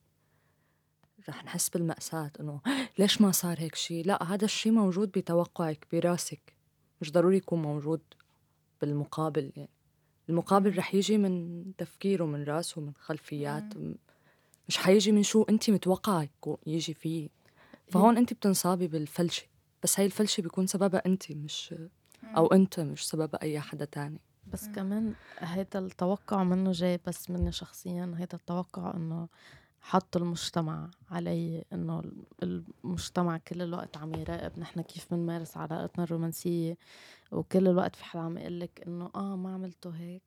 رح نحس بالمأساة إنه ليش ما صار هيك شيء. لا، هذا الشيء موجود بتوقعك براسك، مش ضروري يكون موجود بالمقابل. يعني المقابل رح يجي من تفكيره، من راسه، من خلفيات، م- مش حيجي من شو أنت متوقعة يكون يجي فيه. فهون أنت بتنصابي بالفلشة، بس هاي الفلشة بيكون سببها أنت، مش أو أنت مش سببها أي حدا تاني. بس كمان هيدا التوقع منه جاي بس مني شخصيا. هيدا التوقع انه حط المجتمع علي، انه المجتمع كل الوقت عم يراقب نحن كيف بنمارس علاقتنا الرومانسية، وكل الوقت في حدا عم يقلك انه اه ما عملتوا هيك،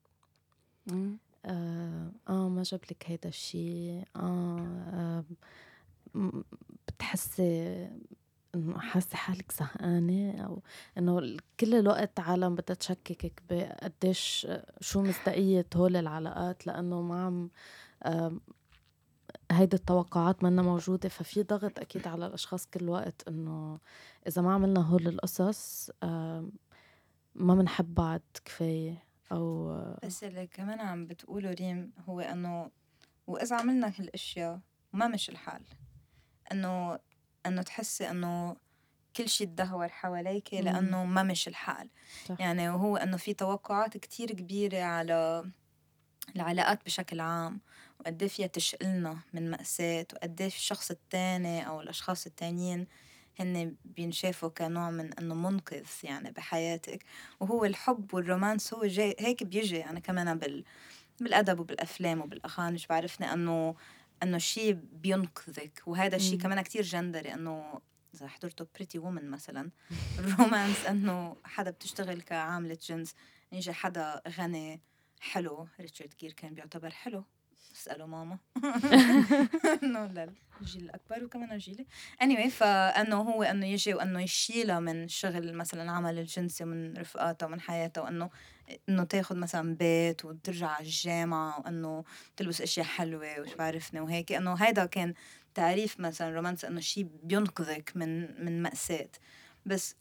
آه, اه ما جابلك هيدا الشي، آه, آه م- بتحسي انه حاسه حالك زهقانه، او انه كل الوقت عالم بدها تشككك بقديش شو مصداقيه هول العلاقات، لانه ما عم آم، هيدي التوقعات منا موجوده. ففي ضغط اكيد على الاشخاص كل وقت انه اذا ما عملنا هول القصص آم، ما بنحب بعض كفايه. او بس اللي كمان عم بتقوله ريم هو انه واذا عملنا هالاشياء ما مش الحال، انه انه تحسي انه كل شيء تدهور حواليك لانه ما مش الحال. صح. يعني وهو انه في توقعات كتير كبيرة على العلاقات بشكل عام، وقد فيها تشقلنا من مأساة، وقد الشخص التاني او الاشخاص التانيين هن بينشافوا كنوع من انه منقذ يعني بحياتك. وهو الحب والرومانس هو جاي هيك بيجي يعني كمان بال بالأدب وبالأفلام وبالأغاني مش بعرفني أنه أنه شيء بينقذك. وهذا الشيء كمان كتير جندري، أنه إذا حضرتوا بريتي وومن مثلا الرومانس أنه حدا بتشتغل كعاملة جنس، يجي حدا غني حلو. ريتشارد جير كان بيعتبر حلو، اسألوا ماما إنه للجيل الأكبر وكمان جيلي anyway. فأنه هو أنه يجي وأنه يشيلها من شغل مثلا عمل الجنسي ومن رفقاتها ومن حياتها، وأنه إنه تاخد مثلا بيت وترجع على الجامعة، وأنه تلبس أشياء حلوة وش بعرفني وهيك. أنه هيدا كان تعريف مثلا رومانس، أنه شيء بينقذك من من مأساة. بس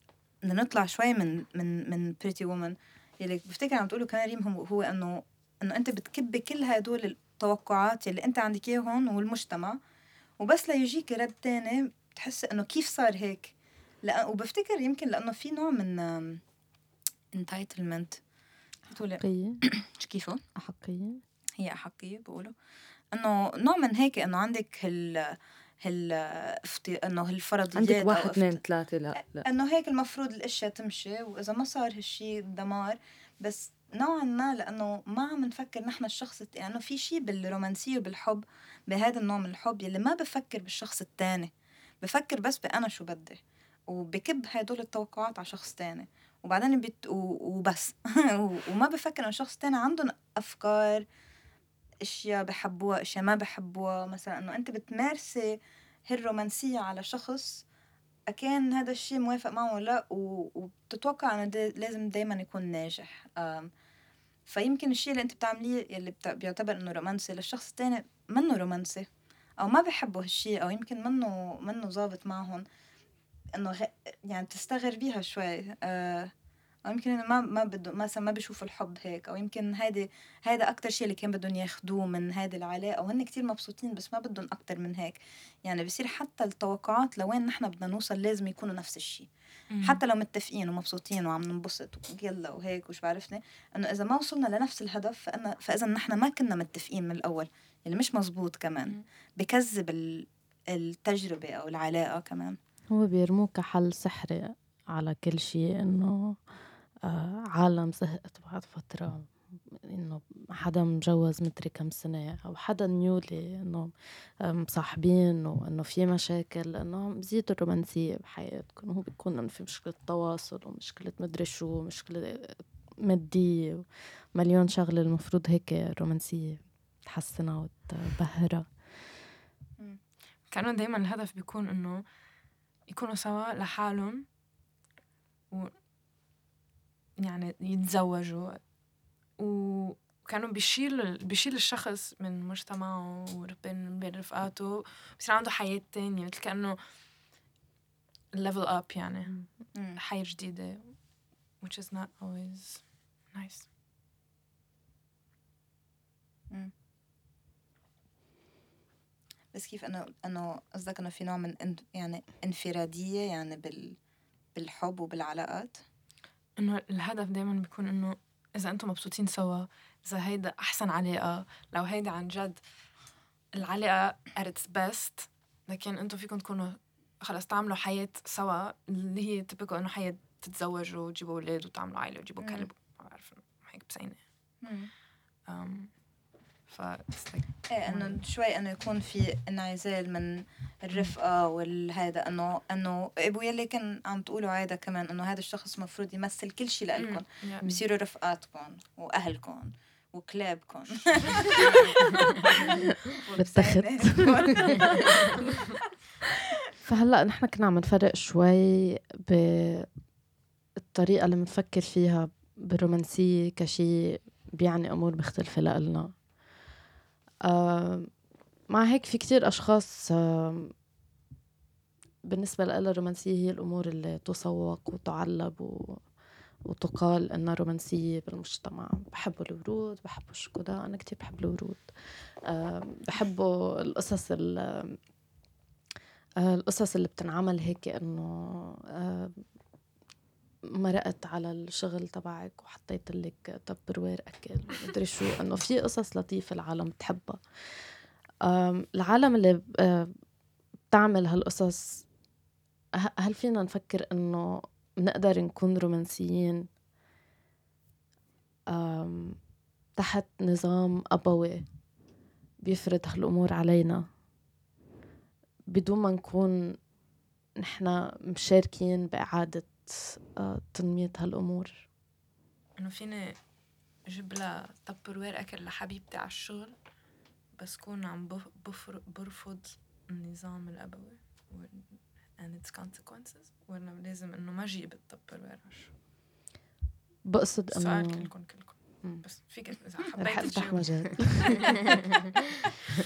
بدنا نطلع شوي من من من بريتي وومن اللي بفتكر عم تقولوا كان ريم هو, هو انه انه انت بتكبي كل هدول التوقعات اللي انت عندك اياهم والمجتمع، وبس ليجيك رد تاني بتحس انه كيف صار هيك. لا وبفتكر يمكن لانه في نوع من entitlement بتقولي أحقية كيفه أحقية هي أحقية بقوله انه نوع من هيك انه عندك هال هال افتي... انه هالفرضيات عندك واحد أو اثنين افت... ثلاثة لا لا انه هيك المفروض الاشياء تمشي، واذا ما صار هالشي دمار. بس نوعا ما لانه ما عم نفكر نحن الشخص الت... يعني في شيء بالرومانسيه وبالحب، بهذا النوع من الحب يلي ما بفكر بالشخص التاني، بفكر بس بانا شو بدي، وبكب هدول التوقعات على شخص تاني، وبعدين بت... و... وبس وما بفكر انه الشخص التاني عندهم افكار، اشياء بحبوها اشياء ما بحبوها. مثلا انه انت بتمارسي هالرومانسيه على شخص أكان هذا الشيء موافق معه ولا لا، وبتتوقع انه دي لازم دايما يكون ناجح. فيمكن الشيء اللي انت بتعمليه اللي بيعتبر انه رومانسي للشخص الثاني منه رومانسي، او ما بحبوا هالشيء، او يمكن منه منه ظابط معهم، انه غ... يعني تستغربيها شوي. أه او يمكن ما ما بده مثلا ما بيشوفوا الحب هيك، او يمكن هيدي هيدا اكتر شيء اللي كان بدهم ياخدوه من هذه العلاقه، وهن كتير مبسوطين بس ما بدهم اكتر من هيك. يعني بصير حتى التوقعات لوين نحن بدنا نوصل لازم يكونوا نفس الشيء، حتى لو متفقين ومبسوطين وعم ننبسط ويلا وهيك وش بعرفني، انه اذا ما وصلنا لنفس الهدف فانا فاذا نحن ما كنا متفقين من الاول، اللي مش مزبوط كمان بكذب التجربه او العلاقه كمان. هو بيرموه كحل سحري على كل شيء، إنه آه عالم زهقت بعد فترة، إنه حدا مجوز مدري كم سنة أو حدا نيولي إنه مصاحبين وإنه في مشاكل، إنه بزيدوا الرومانسية بحياتكم. هو بيكون إنه في مشكلة تواصل ومشكلة مدري شو، مشكلة مادية ومليون شغلة المفروض هيك الرومانسية تحسنها وتبهرها. كانوا دايما الهدف بيكون إنه يكونوا سوا لحالهم و يعني يتزوجوا، وكانوا بيشيل بيشيل الشخص من مجتمعه وبين بين رفقاته، بصير عنده حياة تانية مثل كأنه level up يعني مم. حياة جديدة which is not always nice. مم. بس كيف انه انه قصدك انه في نوع من ان يعني انفراديه يعني بال بالحب وبالعلاقات، إنه الهدف دايما بيكون إنه إذا أنتم مبسوطين سوا، إذا هيدا أحسن علاقة، لو هيدا عن جد العلاقة at its best، لكن أنتم فيكم تكونوا خلاص تعملوا حياة سوا اللي هي تبقوا إنه حياة تتزوجوا وتجيبوا أولاد وتعملوا عائلة وتجيبوا كلب، ما بعرف هيك بسينة. um, ف ايه انه شوي انه يكون في انعزال من الرفقه والهذا، انه انه ابو يلي كان عم تقولوا عاده كمان انه هذا الشخص مفروض يمثل كل شيء لكم، بصيروا رفقاتكم واهلكم وكلابكم بالتخت. فهلا نحن كنا عم نفرق شوي بالطريقه اللي بنفكر فيها بالرومانسيه كشيء بيعني امور مختلفه لنا. آه مع هيك في كتير أشخاص آه بالنسبة لها الرومانسية هي الأمور اللي تسوق وتعلب و... وتقال إنها رومانسية بالمجتمع. بحبوا الورود، بحبوا الشوكولا، أنا كتير بحب الورود. آه بحبوا القصص آه القصص اللي بتنعمل هيك إنه آه مرقت على الشغل تبعك وحطيت لك تبروير أكل مدري شو، إنه في قصص لطيفة العالم بتحبها. العالم اللي بتعمل هالقصص، هل فينا نفكر إنه نقدر نكون رومانسيين تحت نظام أبوي بيفرض هالأمور علينا بدون ما نكون نحنا مشاركين بإعادة تنمية هالأمور؟ إنه فيني أجيب لها تبروير أكل لحبيبتي على الشغل بس كون عم برفض النظام الأبوي and its consequences، ولا لازم إنه ما أجيب التبروير على الشغل؟ بقصد إنه سؤال كلكم كلكم مم. بس فيك إذا حبيت تفتح مجال.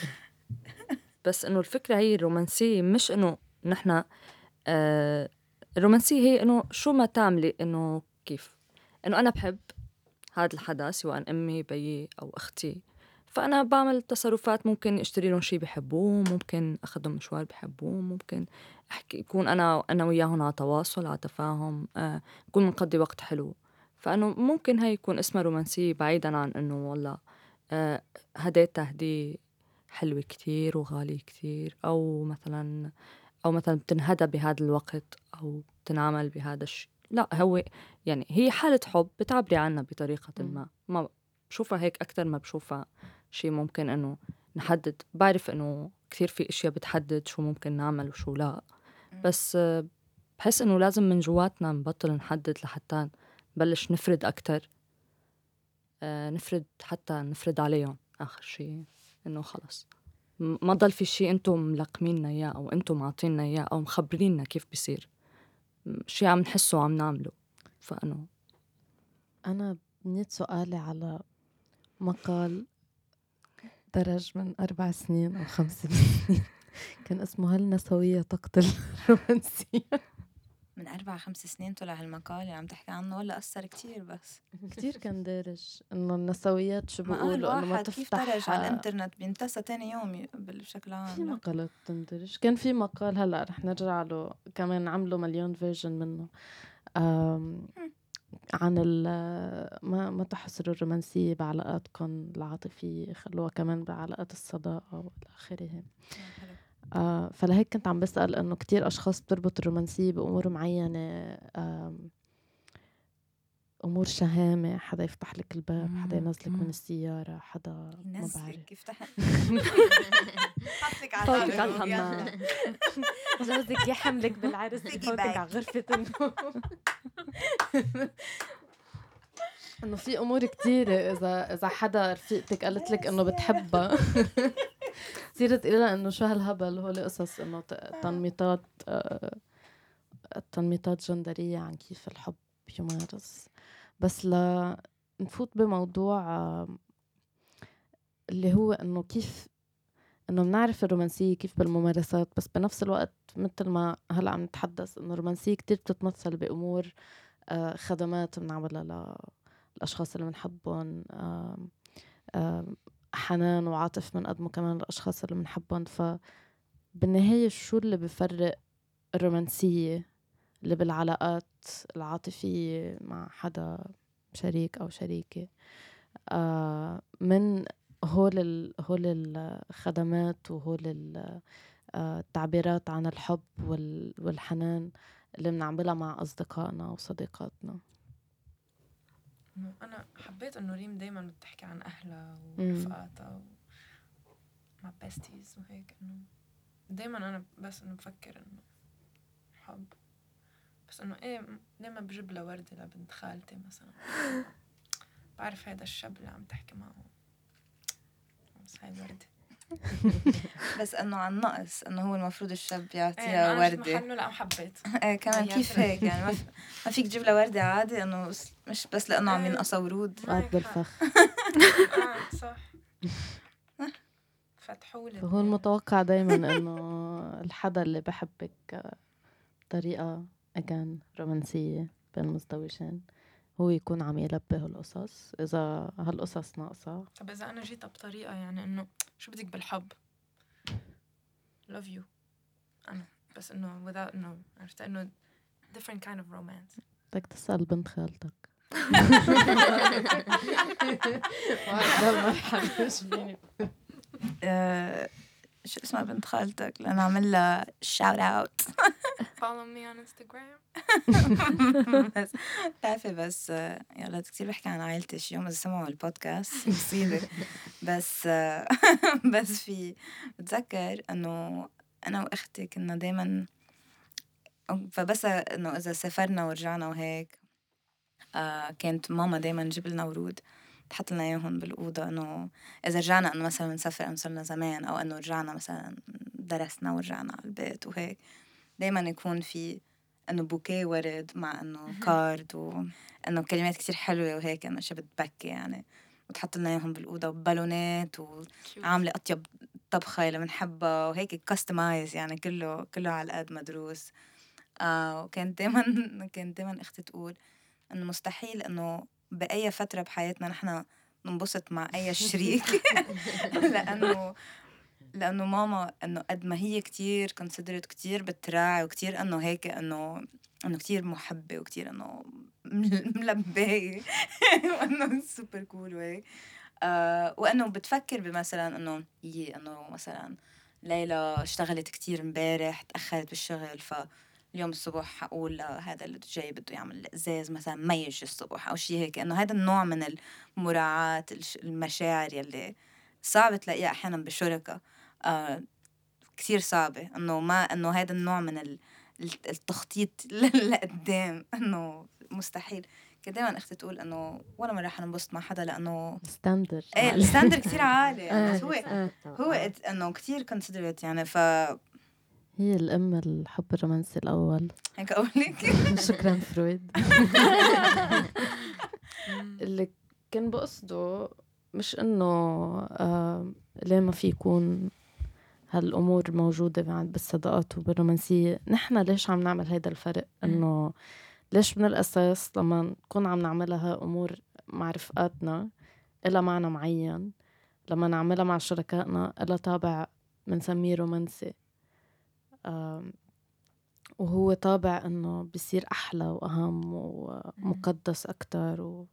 بس إنه الفكرة هي الرومانسية مش إنه نحنا آه الرومانسية هي إنه شو ما تعملي، إنه كيف إنه أنا بحب هذا الحدا سواء أمي بيي أو أختي، فأنا بعمل تصرفات ممكن اشتري لهم شي بحبوه، ممكن أخذهم مشوار بحبوه، ممكن أحكي يكون أنا أنا وياهم على تواصل على تفاهم، آه نكون منقضي وقت حلو. فإنه ممكن هاي يكون اسمها رومانسية بعيدا عن إنه والله آه هديت تهدية حلوة كتير وغالية كتير، أو مثلا أو مثلا بتنهدى بهذا الوقت أو بتنعمل بهذا الشيء. لا، هو يعني هي حالة حب بتعبري عنها بطريقة ما ما بشوفها هيك أكتر ما بشوفها شيء ممكن إنه نحدد. بعرف إنه كثير في إشياء بتحدد شو ممكن نعمل وشو لا، بس بحس إنه لازم من جواتنا نبطل نحدد لحتى نبلش نفرد أكتر، آه نفرد حتى نفرد عليهم آخر شيء، إنه خلص ما ضل في شيء أنتم ملقميننا إياه أو أنتم معطيننا إياه أو مخبريننا كيف بيصير، شيء عم نحسه وعم نعمله. فأنا أنا بنيت سؤالي على مقال درج من أربع سنين أو خمس سنين كان اسمه هل نسوية تقتل الرومانسية؟ من أربع خمس سنين طلع هالمقال اللي عم تحكي عنه، ولا أثر كتير؟ بس كتير كان دارج إنه النسويات شو ما قال بيقولوا إنه ما واحد كيف تفتح درج على الإنترنت بينتسى تاني يوم ي- بشكل في عام. لا. مقالات تندرج. كان في مقال هلا رح نرجع له كمان عملوا مليون فيرجن منه آم، عن ال ما ما تحصروا الرومانسية بعلاقاتكم العاطفية، خلوها كمان بعلاقات الصداقة والى آخره. آه فلهيك كنت عم بسأل إنه كتير أشخاص بتربط الرومانسية بأمور معينة، آم، أمور شهامة، حدا يفتح لك الباب، حدا ينزلك من السيارة، حدا ما بعرف ينزلك يفتح حطلك فوتك على على الحمام، جوزك يحملك بالعرس يفوتك على غرفة النوم. إنه في أمور كتيرة إذا إذا حدا رفيقتك قالت لك إنه بتحبها صيرت تقولها إنه شو هالهبل. هو قصص إنه تنميطات آه، التنميطات جندرية عن كيف الحب يمارس. بس لا نفوت بموضوع آه، اللي هو إنه كيف إنه بنعرف الرومانسية كيف بالممارسات، بس بنفس الوقت مثل ما هلأ عم نتحدث إنه الرومانسية كتير بتتمثل بأمور آه، خدمات بنعملها للأشخاص اللي بنحبهم، حنان وعاطف بنقدمه كمان للأشخاص اللي بنحبهم. فبالنهاية شو اللي بفرق الرومانسية اللي بالعلاقات العاطفية مع حدا شريك أو شريكة آه من هول ال هول الخدمات وهول التعبيرات عن الحب والحنان اللي بنعملها مع أصدقائنا وصديقاتنا؟ أنا حبيت إنه ريم دايماً بتحكي عن أهلها ورفقاتها مع بيستيز وهيك، إنه دايماً أنا بس إنه بفكر إنه حب، بس إنه إيه دايماً بجيب لها وردة لبنت خالتي مثلاً، بعرف هذا الشاب اللي عم تحكي معه، بس هاي وردة. بس انه عن نقص انه هو المفروض الشاب يعطيها ايه انا وردة. محله لا محبيت ايه كمان كيف هيك يعني ما, ف... ما فيك تجيب لها وردة عادي انه مش بس لانه عم ينقصها ورود. وقت بالفخ. اه صح فتحولي. فهو المتوقع دايما انه الحدا اللي بحبك بطريقة اجان رومانسية بين المزدوجين هو يكون عم يلبي هالقصص إذا هالقصص ناقصة. طب إذا أنا جيتها بطريقة يعني إنه شو بدك بالحب love you أنا بس إنه without إنه عرفت إنه different kind of romance. بدك تسأل بنت خالتك. شو اسمها بنت خالتك لأنا أعمل لها shout out. follow me on Instagram. بس تعرفي بس يلا كتير بحكي عن عائلتي شي يوم إذا سمعوا البودكاست مصيبة. بس بس في بتذكر إنه أنا وأختي كنا دايما فبس إنه إذا سافرنا ورجعنا وهيك آه كانت ماما دايما تجيب لنا ورود تحط لنا إياهم بالأوضة، إنه إذا رجعنا إنه مثلا نسافر أو صرنا زمان أو إنه رجعنا مثلا درسنا ورجعنا على البيت وهيك دايما يكون في إنه بوكيه ورد مع إنه كارد وإنه كلمات كتير حلوة وهيك إنه شي بتبكي يعني، وتحط لنا إياهم بالأوضة وبالونات وعاملة أطيب طبخة اللي بنحبها وهيك كاستمايز يعني كله كله على قد مدروس. آه وكانت دايما كانت دايما أختي تقول إنه مستحيل إنه بأي فترة بحياتنا نحن ننبسط مع أي شريك لأنه لأنه ماما إنه قد ما هي كتير considerate كتير بتراعي وكتير إنه هيك إنه إنه كتير محبة وكتير إنه ملبية وإنه سوبر كول وهيك آه وإنه بتفكر بمثلا إنه هي إنه مثلا ليلى اشتغلت كتير امبارح تأخرت بالشغل فاليوم الصبح حقول هذا اللي جاي بده يعمل إزاز مثلا ما يجي الصبح أو شيء هيك إنه هذا النوع من المراعاة المشاعر يلي صعب تلاقيها أحيانا بشركة آه كتير صعبة إنه ما إنه هذا النوع من ال- التخطيط لقدام إنه مستحيل. كنت دايما أختي تقول إنه ولا مرة حننبسط مع حدا لأنه ستاندر إيه الستاندر كتير عالي يعني إيه، بس هو إيه. هو إت- إنه كتير considerate يعني ف هي الأم الحب الرومانسي الأول. هيك أقول لك شكرا فرويد. اللي كان بقصده مش إنه آه ليه ما في يكون هالأمور موجودة بعد بالصداقات وبالرومانسية. نحنا ليش عم نعمل هيدا الفرق؟ إنه ليش من الأساس لما نكون عم نعملها أمور مع رفقاتنا إلا معنى معين، لما نعملها مع شركائنا إلا طابع منسميه رومانسي آم، وهو طابع إنه بيصير أحلى وأهم ومقدس أكتر و...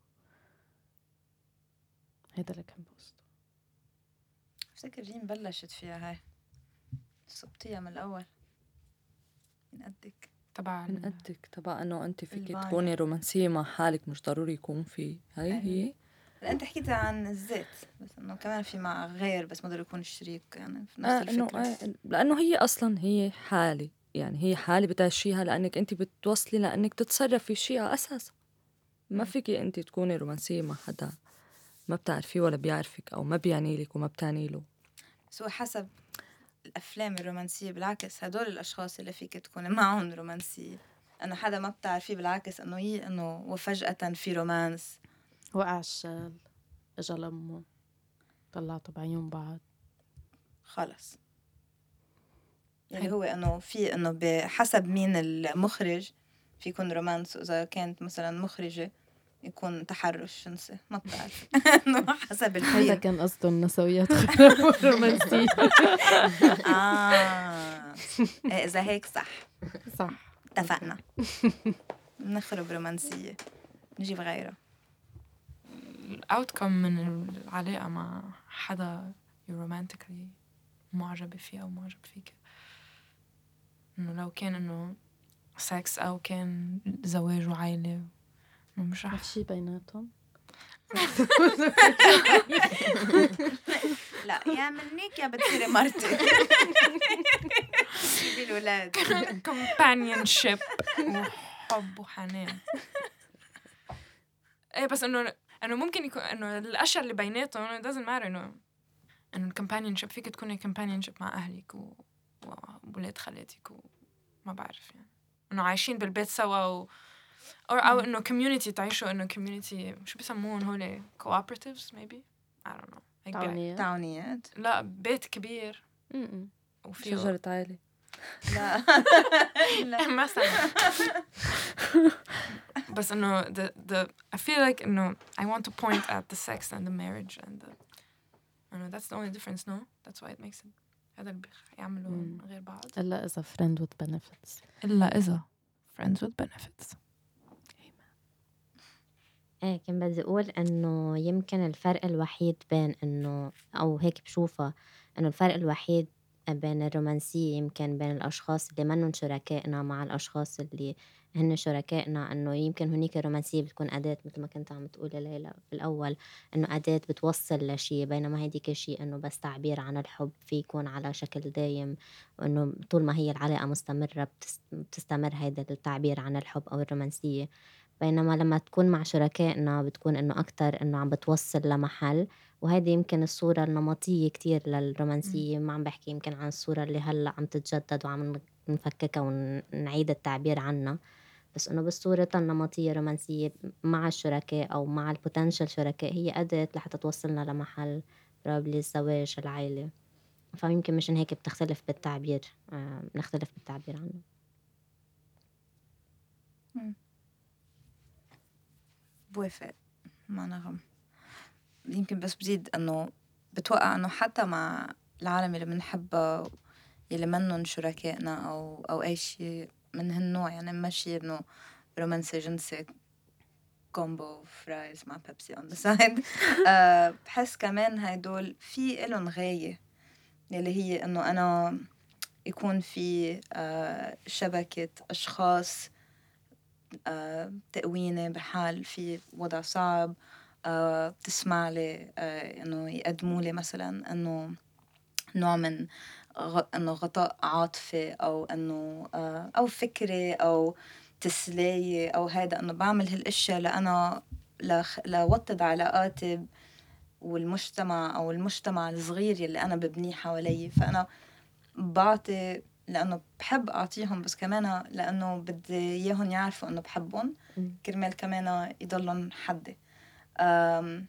هيدا اللي كان بوسته. افتكر جين بلشت فيها هاي صبتيها من الأول من قدك تبع من قدك تبع انه انت فيك الفايب. تكوني رومانسية مع حالك مش ضروري يكون في هي أيوة. هي هلا أنت حكيت عن الذات بس إنه كمان في مع غير بس ما ضروري يكون الشريك يعني في نفس آه انه الفكرة آه لانه هي اصلا هي حالة، يعني هي حالة بتعيشيها لانك انت بتوصلي لانك تتصرفي شيء اساسا. ما مم. فيكي انت تكوني رومانسية مع حدا ما بتعرفيه ولا بيعرفك او ما بيعني لك وما بتعني له. بس هو حسب الأفلام الرومانسية بالعكس هدول الأشخاص اللي فيك تكون معهم رومانسية إنه حدا ما بتعرفيه بالعكس إنه هي إنه وفجأة في رومانس وقع الشال اجا لمه طلعته بعيون بعض خلص يعني هو إنه في إنه بحسب مين المخرج في يكون رومانس. إذا كانت مثلا مخرجة يكون تحرش جنسي ما بتعرف إنه حسب هيدا الفيلم. كان قصده النسويات خرب رومانسية. آه إيه إذا هيك صح صح اتفقنا نخرب رومانسية نجيب غيرها. الأوتكم من العلاقة مع حدا رومانتيكلي معجبة فيه أو معجب فيك، إنه لو كان إنه سكس أو كان زواج وعائلة إنه مش ما رح في شي بيناتهم. لا يعملنيك يا بتصيري مرتي جيبي الولاد companionship وحب وحنان. ايه بس انه انه ممكن يكون انه الاشياء اللي بيناتهم انه doesn't matter انه انه الكمبانيونشيب فيك تكوني كمبانيونشيب مع اهلك و... وولاد خالاتك وما بعرف يعني انه عايشين بالبيت سوا و... او او انه community تعيشوا انه community شو بيسموهم هول cooperatives maybe I don't know هيك بيع- تعاونية. تعاونيات لا بيت كبير م-م. وفيه شجرة عائلة. لا لا مثلا بس انه the the I feel like انه I want to point at the sex and the marriage and the I know that's the only difference no that's why it makes it هذا اللي بيعملوا مم. غير بعض إلا إذا friend with benefits. إلا إذا friends with benefits. ايه كان بدي اقول انه يمكن الفرق الوحيد بين انه او هيك بشوفها انه الفرق الوحيد بين الرومانسية يمكن بين الاشخاص اللي منهم شركائنا مع الاشخاص اللي هن شركائنا، انه يمكن هنيك الرومانسية بتكون اداة مثل ما كنت عم تقولي ليلى بالاول، انه اداة بتوصل لشيء، بينما هيديك شيء انه بس تعبير عن الحب في يكون على شكل دايم، وانه طول ما هي العلاقة مستمرة بتست- بتستمر هيدا التعبير عن الحب او الرومانسية. بينما لما تكون مع شركائنا بتكون إنه أكتر إنه عم بتوصل لمحل، وهيدي يمكن الصورة النمطية كتير للرومانسية. ما عم بحكي يمكن عن الصورة اللي هلأ عم تتجدد وعم نفككها ونعيد التعبير عنها، بس إنه بالصورة النمطية رومانسية مع الشركاء أو مع البوتنشل شركاء هي أداة لحتى توصلنا لمحل probably الزواج العائلة. فيمكن مشان هيك بتختلف بالتعبير، آه، بنختلف بالتعبير عنه. بوافق مع نغم. يمكن بس بزيد أنه بتوقع أنه حتى مع العالم اللي بنحبها يلي منن شركائنا أو أو أي شيء من هالنوع، يعني ما شيء إنه رومانسي جنسي كومبو فرايز مع بيبسي on the side. أه بحس كمان هيدول في إلهم غاية يلي هي إنه أنا يكون في أه شبكة أشخاص أه تقويني بحال في وضع صعب، أه تسمع لي، أه إنه يقدموا لي مثلا إنه نوع من غ... إنه غطاء عاطفي أو إنه أه أو فكري أو تسلية أو هذا، إنه بعمل هالأشياء لأنا لخ... لوطد علاقاتي والمجتمع أو المجتمع الصغير اللي أنا ببنيه حوالي. فأنا بعطي لأنه بحب أعطيهم، بس كمان لأنه بدي إياهم يعرفوا إنه بحبهم كرمال كمان يضلون حدي. أم...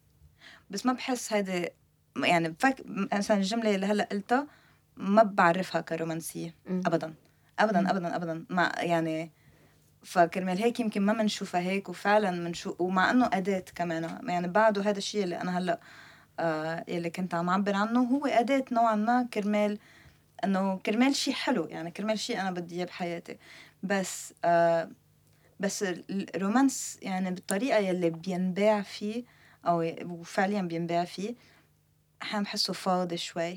بس ما بحس هيدا يعني بفك... مثلا الجملة اللي هلأ قلتها ما بعرفها كرومانسية أبدا أبدا أبدا أبدا ما يعني. فكرمال هيك يمكن ما منشوفها هيك، وفعلا منشوف، ومع أنه أداة كمان يعني بعده هذا الشيء اللي أنا هلأ آه اللي كنت عم عبر عنه هو أداة نوعا ما كرمال أنه كرمال شيء حلو، يعني كرمال شيء أنا بدي إياه بحياتي. بس آه بس الرومانس يعني بالطريقة يلي بينباع فيه أو فعليا بينباع فيه أحيانا بحسه فاضي شوي.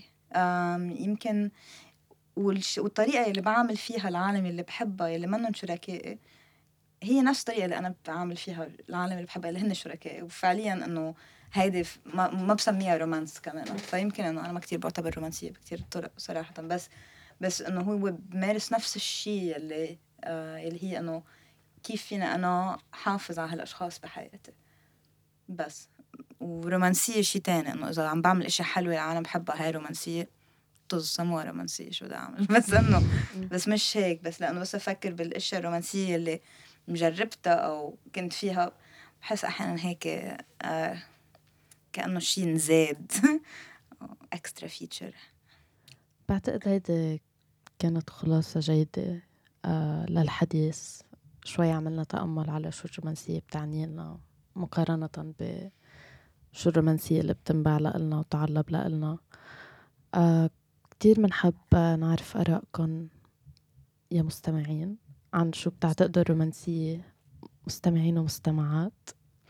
يمكن والش... والطريقة اللي بعمل فيها العالم اللي بحبها اللي منهم شركائي هي نفس الطريقة اللي أنا بعمل فيها العالم اللي بحبها اللي هن شركائي. وفعليا إنه هيدي ما, ما بسميها رومانس كمان. فيمكن إنه أنا ما كتير بعتبر رومانسية بكتير طرق صراحة، بس بس إنه هو بمارس نفس الشيء اللي آه اللي هي إنه كيف فينا أنا حافظ على هالأشخاص بحياتي. بس ورومانسية شيء تاني، إنه إذا عم بعمل إشي حلوة العالم بحبها هاي رومانسية، تسموها رومانسية شو بدي أعمل. بس إنه بس مش هيك، بس لأنه بس أفكر بالأشياء الرومانسية اللي مجربتها أو كنت فيها بحس أحيانا هيك آه كأنه شيء نزاد extra feature. بعتقد هيدي كانت خلاصة جيدة آه للحديث. شوي عملنا تأمل على شو الرومانسية بتعني لنا مقارنة بشو الرومانسية اللي بتنباع لنا وتعلب لنا. آه كتير منحب نعرف آرائكم يا مستمعين عن شو بتعتقدوا الرومانسية، مستمعين ومستمعات،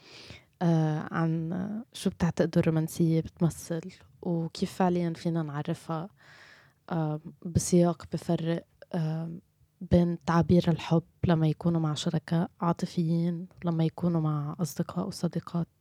آه عن شو بتعتقدوا الرومانسية بتمثل وكيف فعليا فينا نعرفها آه بسياق بفرق آه بين تعبير الحب لما يكونوا مع شركاء عاطفيين لما يكونوا مع أصدقاء وصديقات.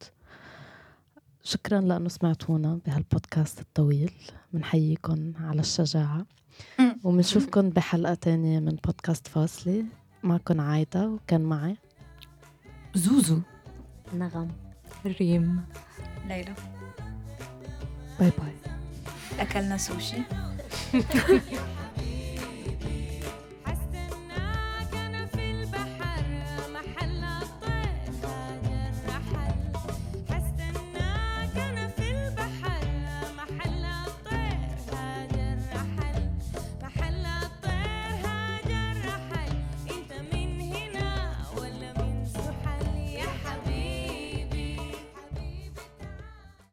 شكرا لأنه سمعتونا بهالبودكاست الطويل، منحييكم على الشجاعة ومنشوفكم بحلقة تانية من بودكاست فاصلة. معكم عايدة وكان معي زوزو، نغم، ريم، ليلى. باي باي. أكلنا سوشي.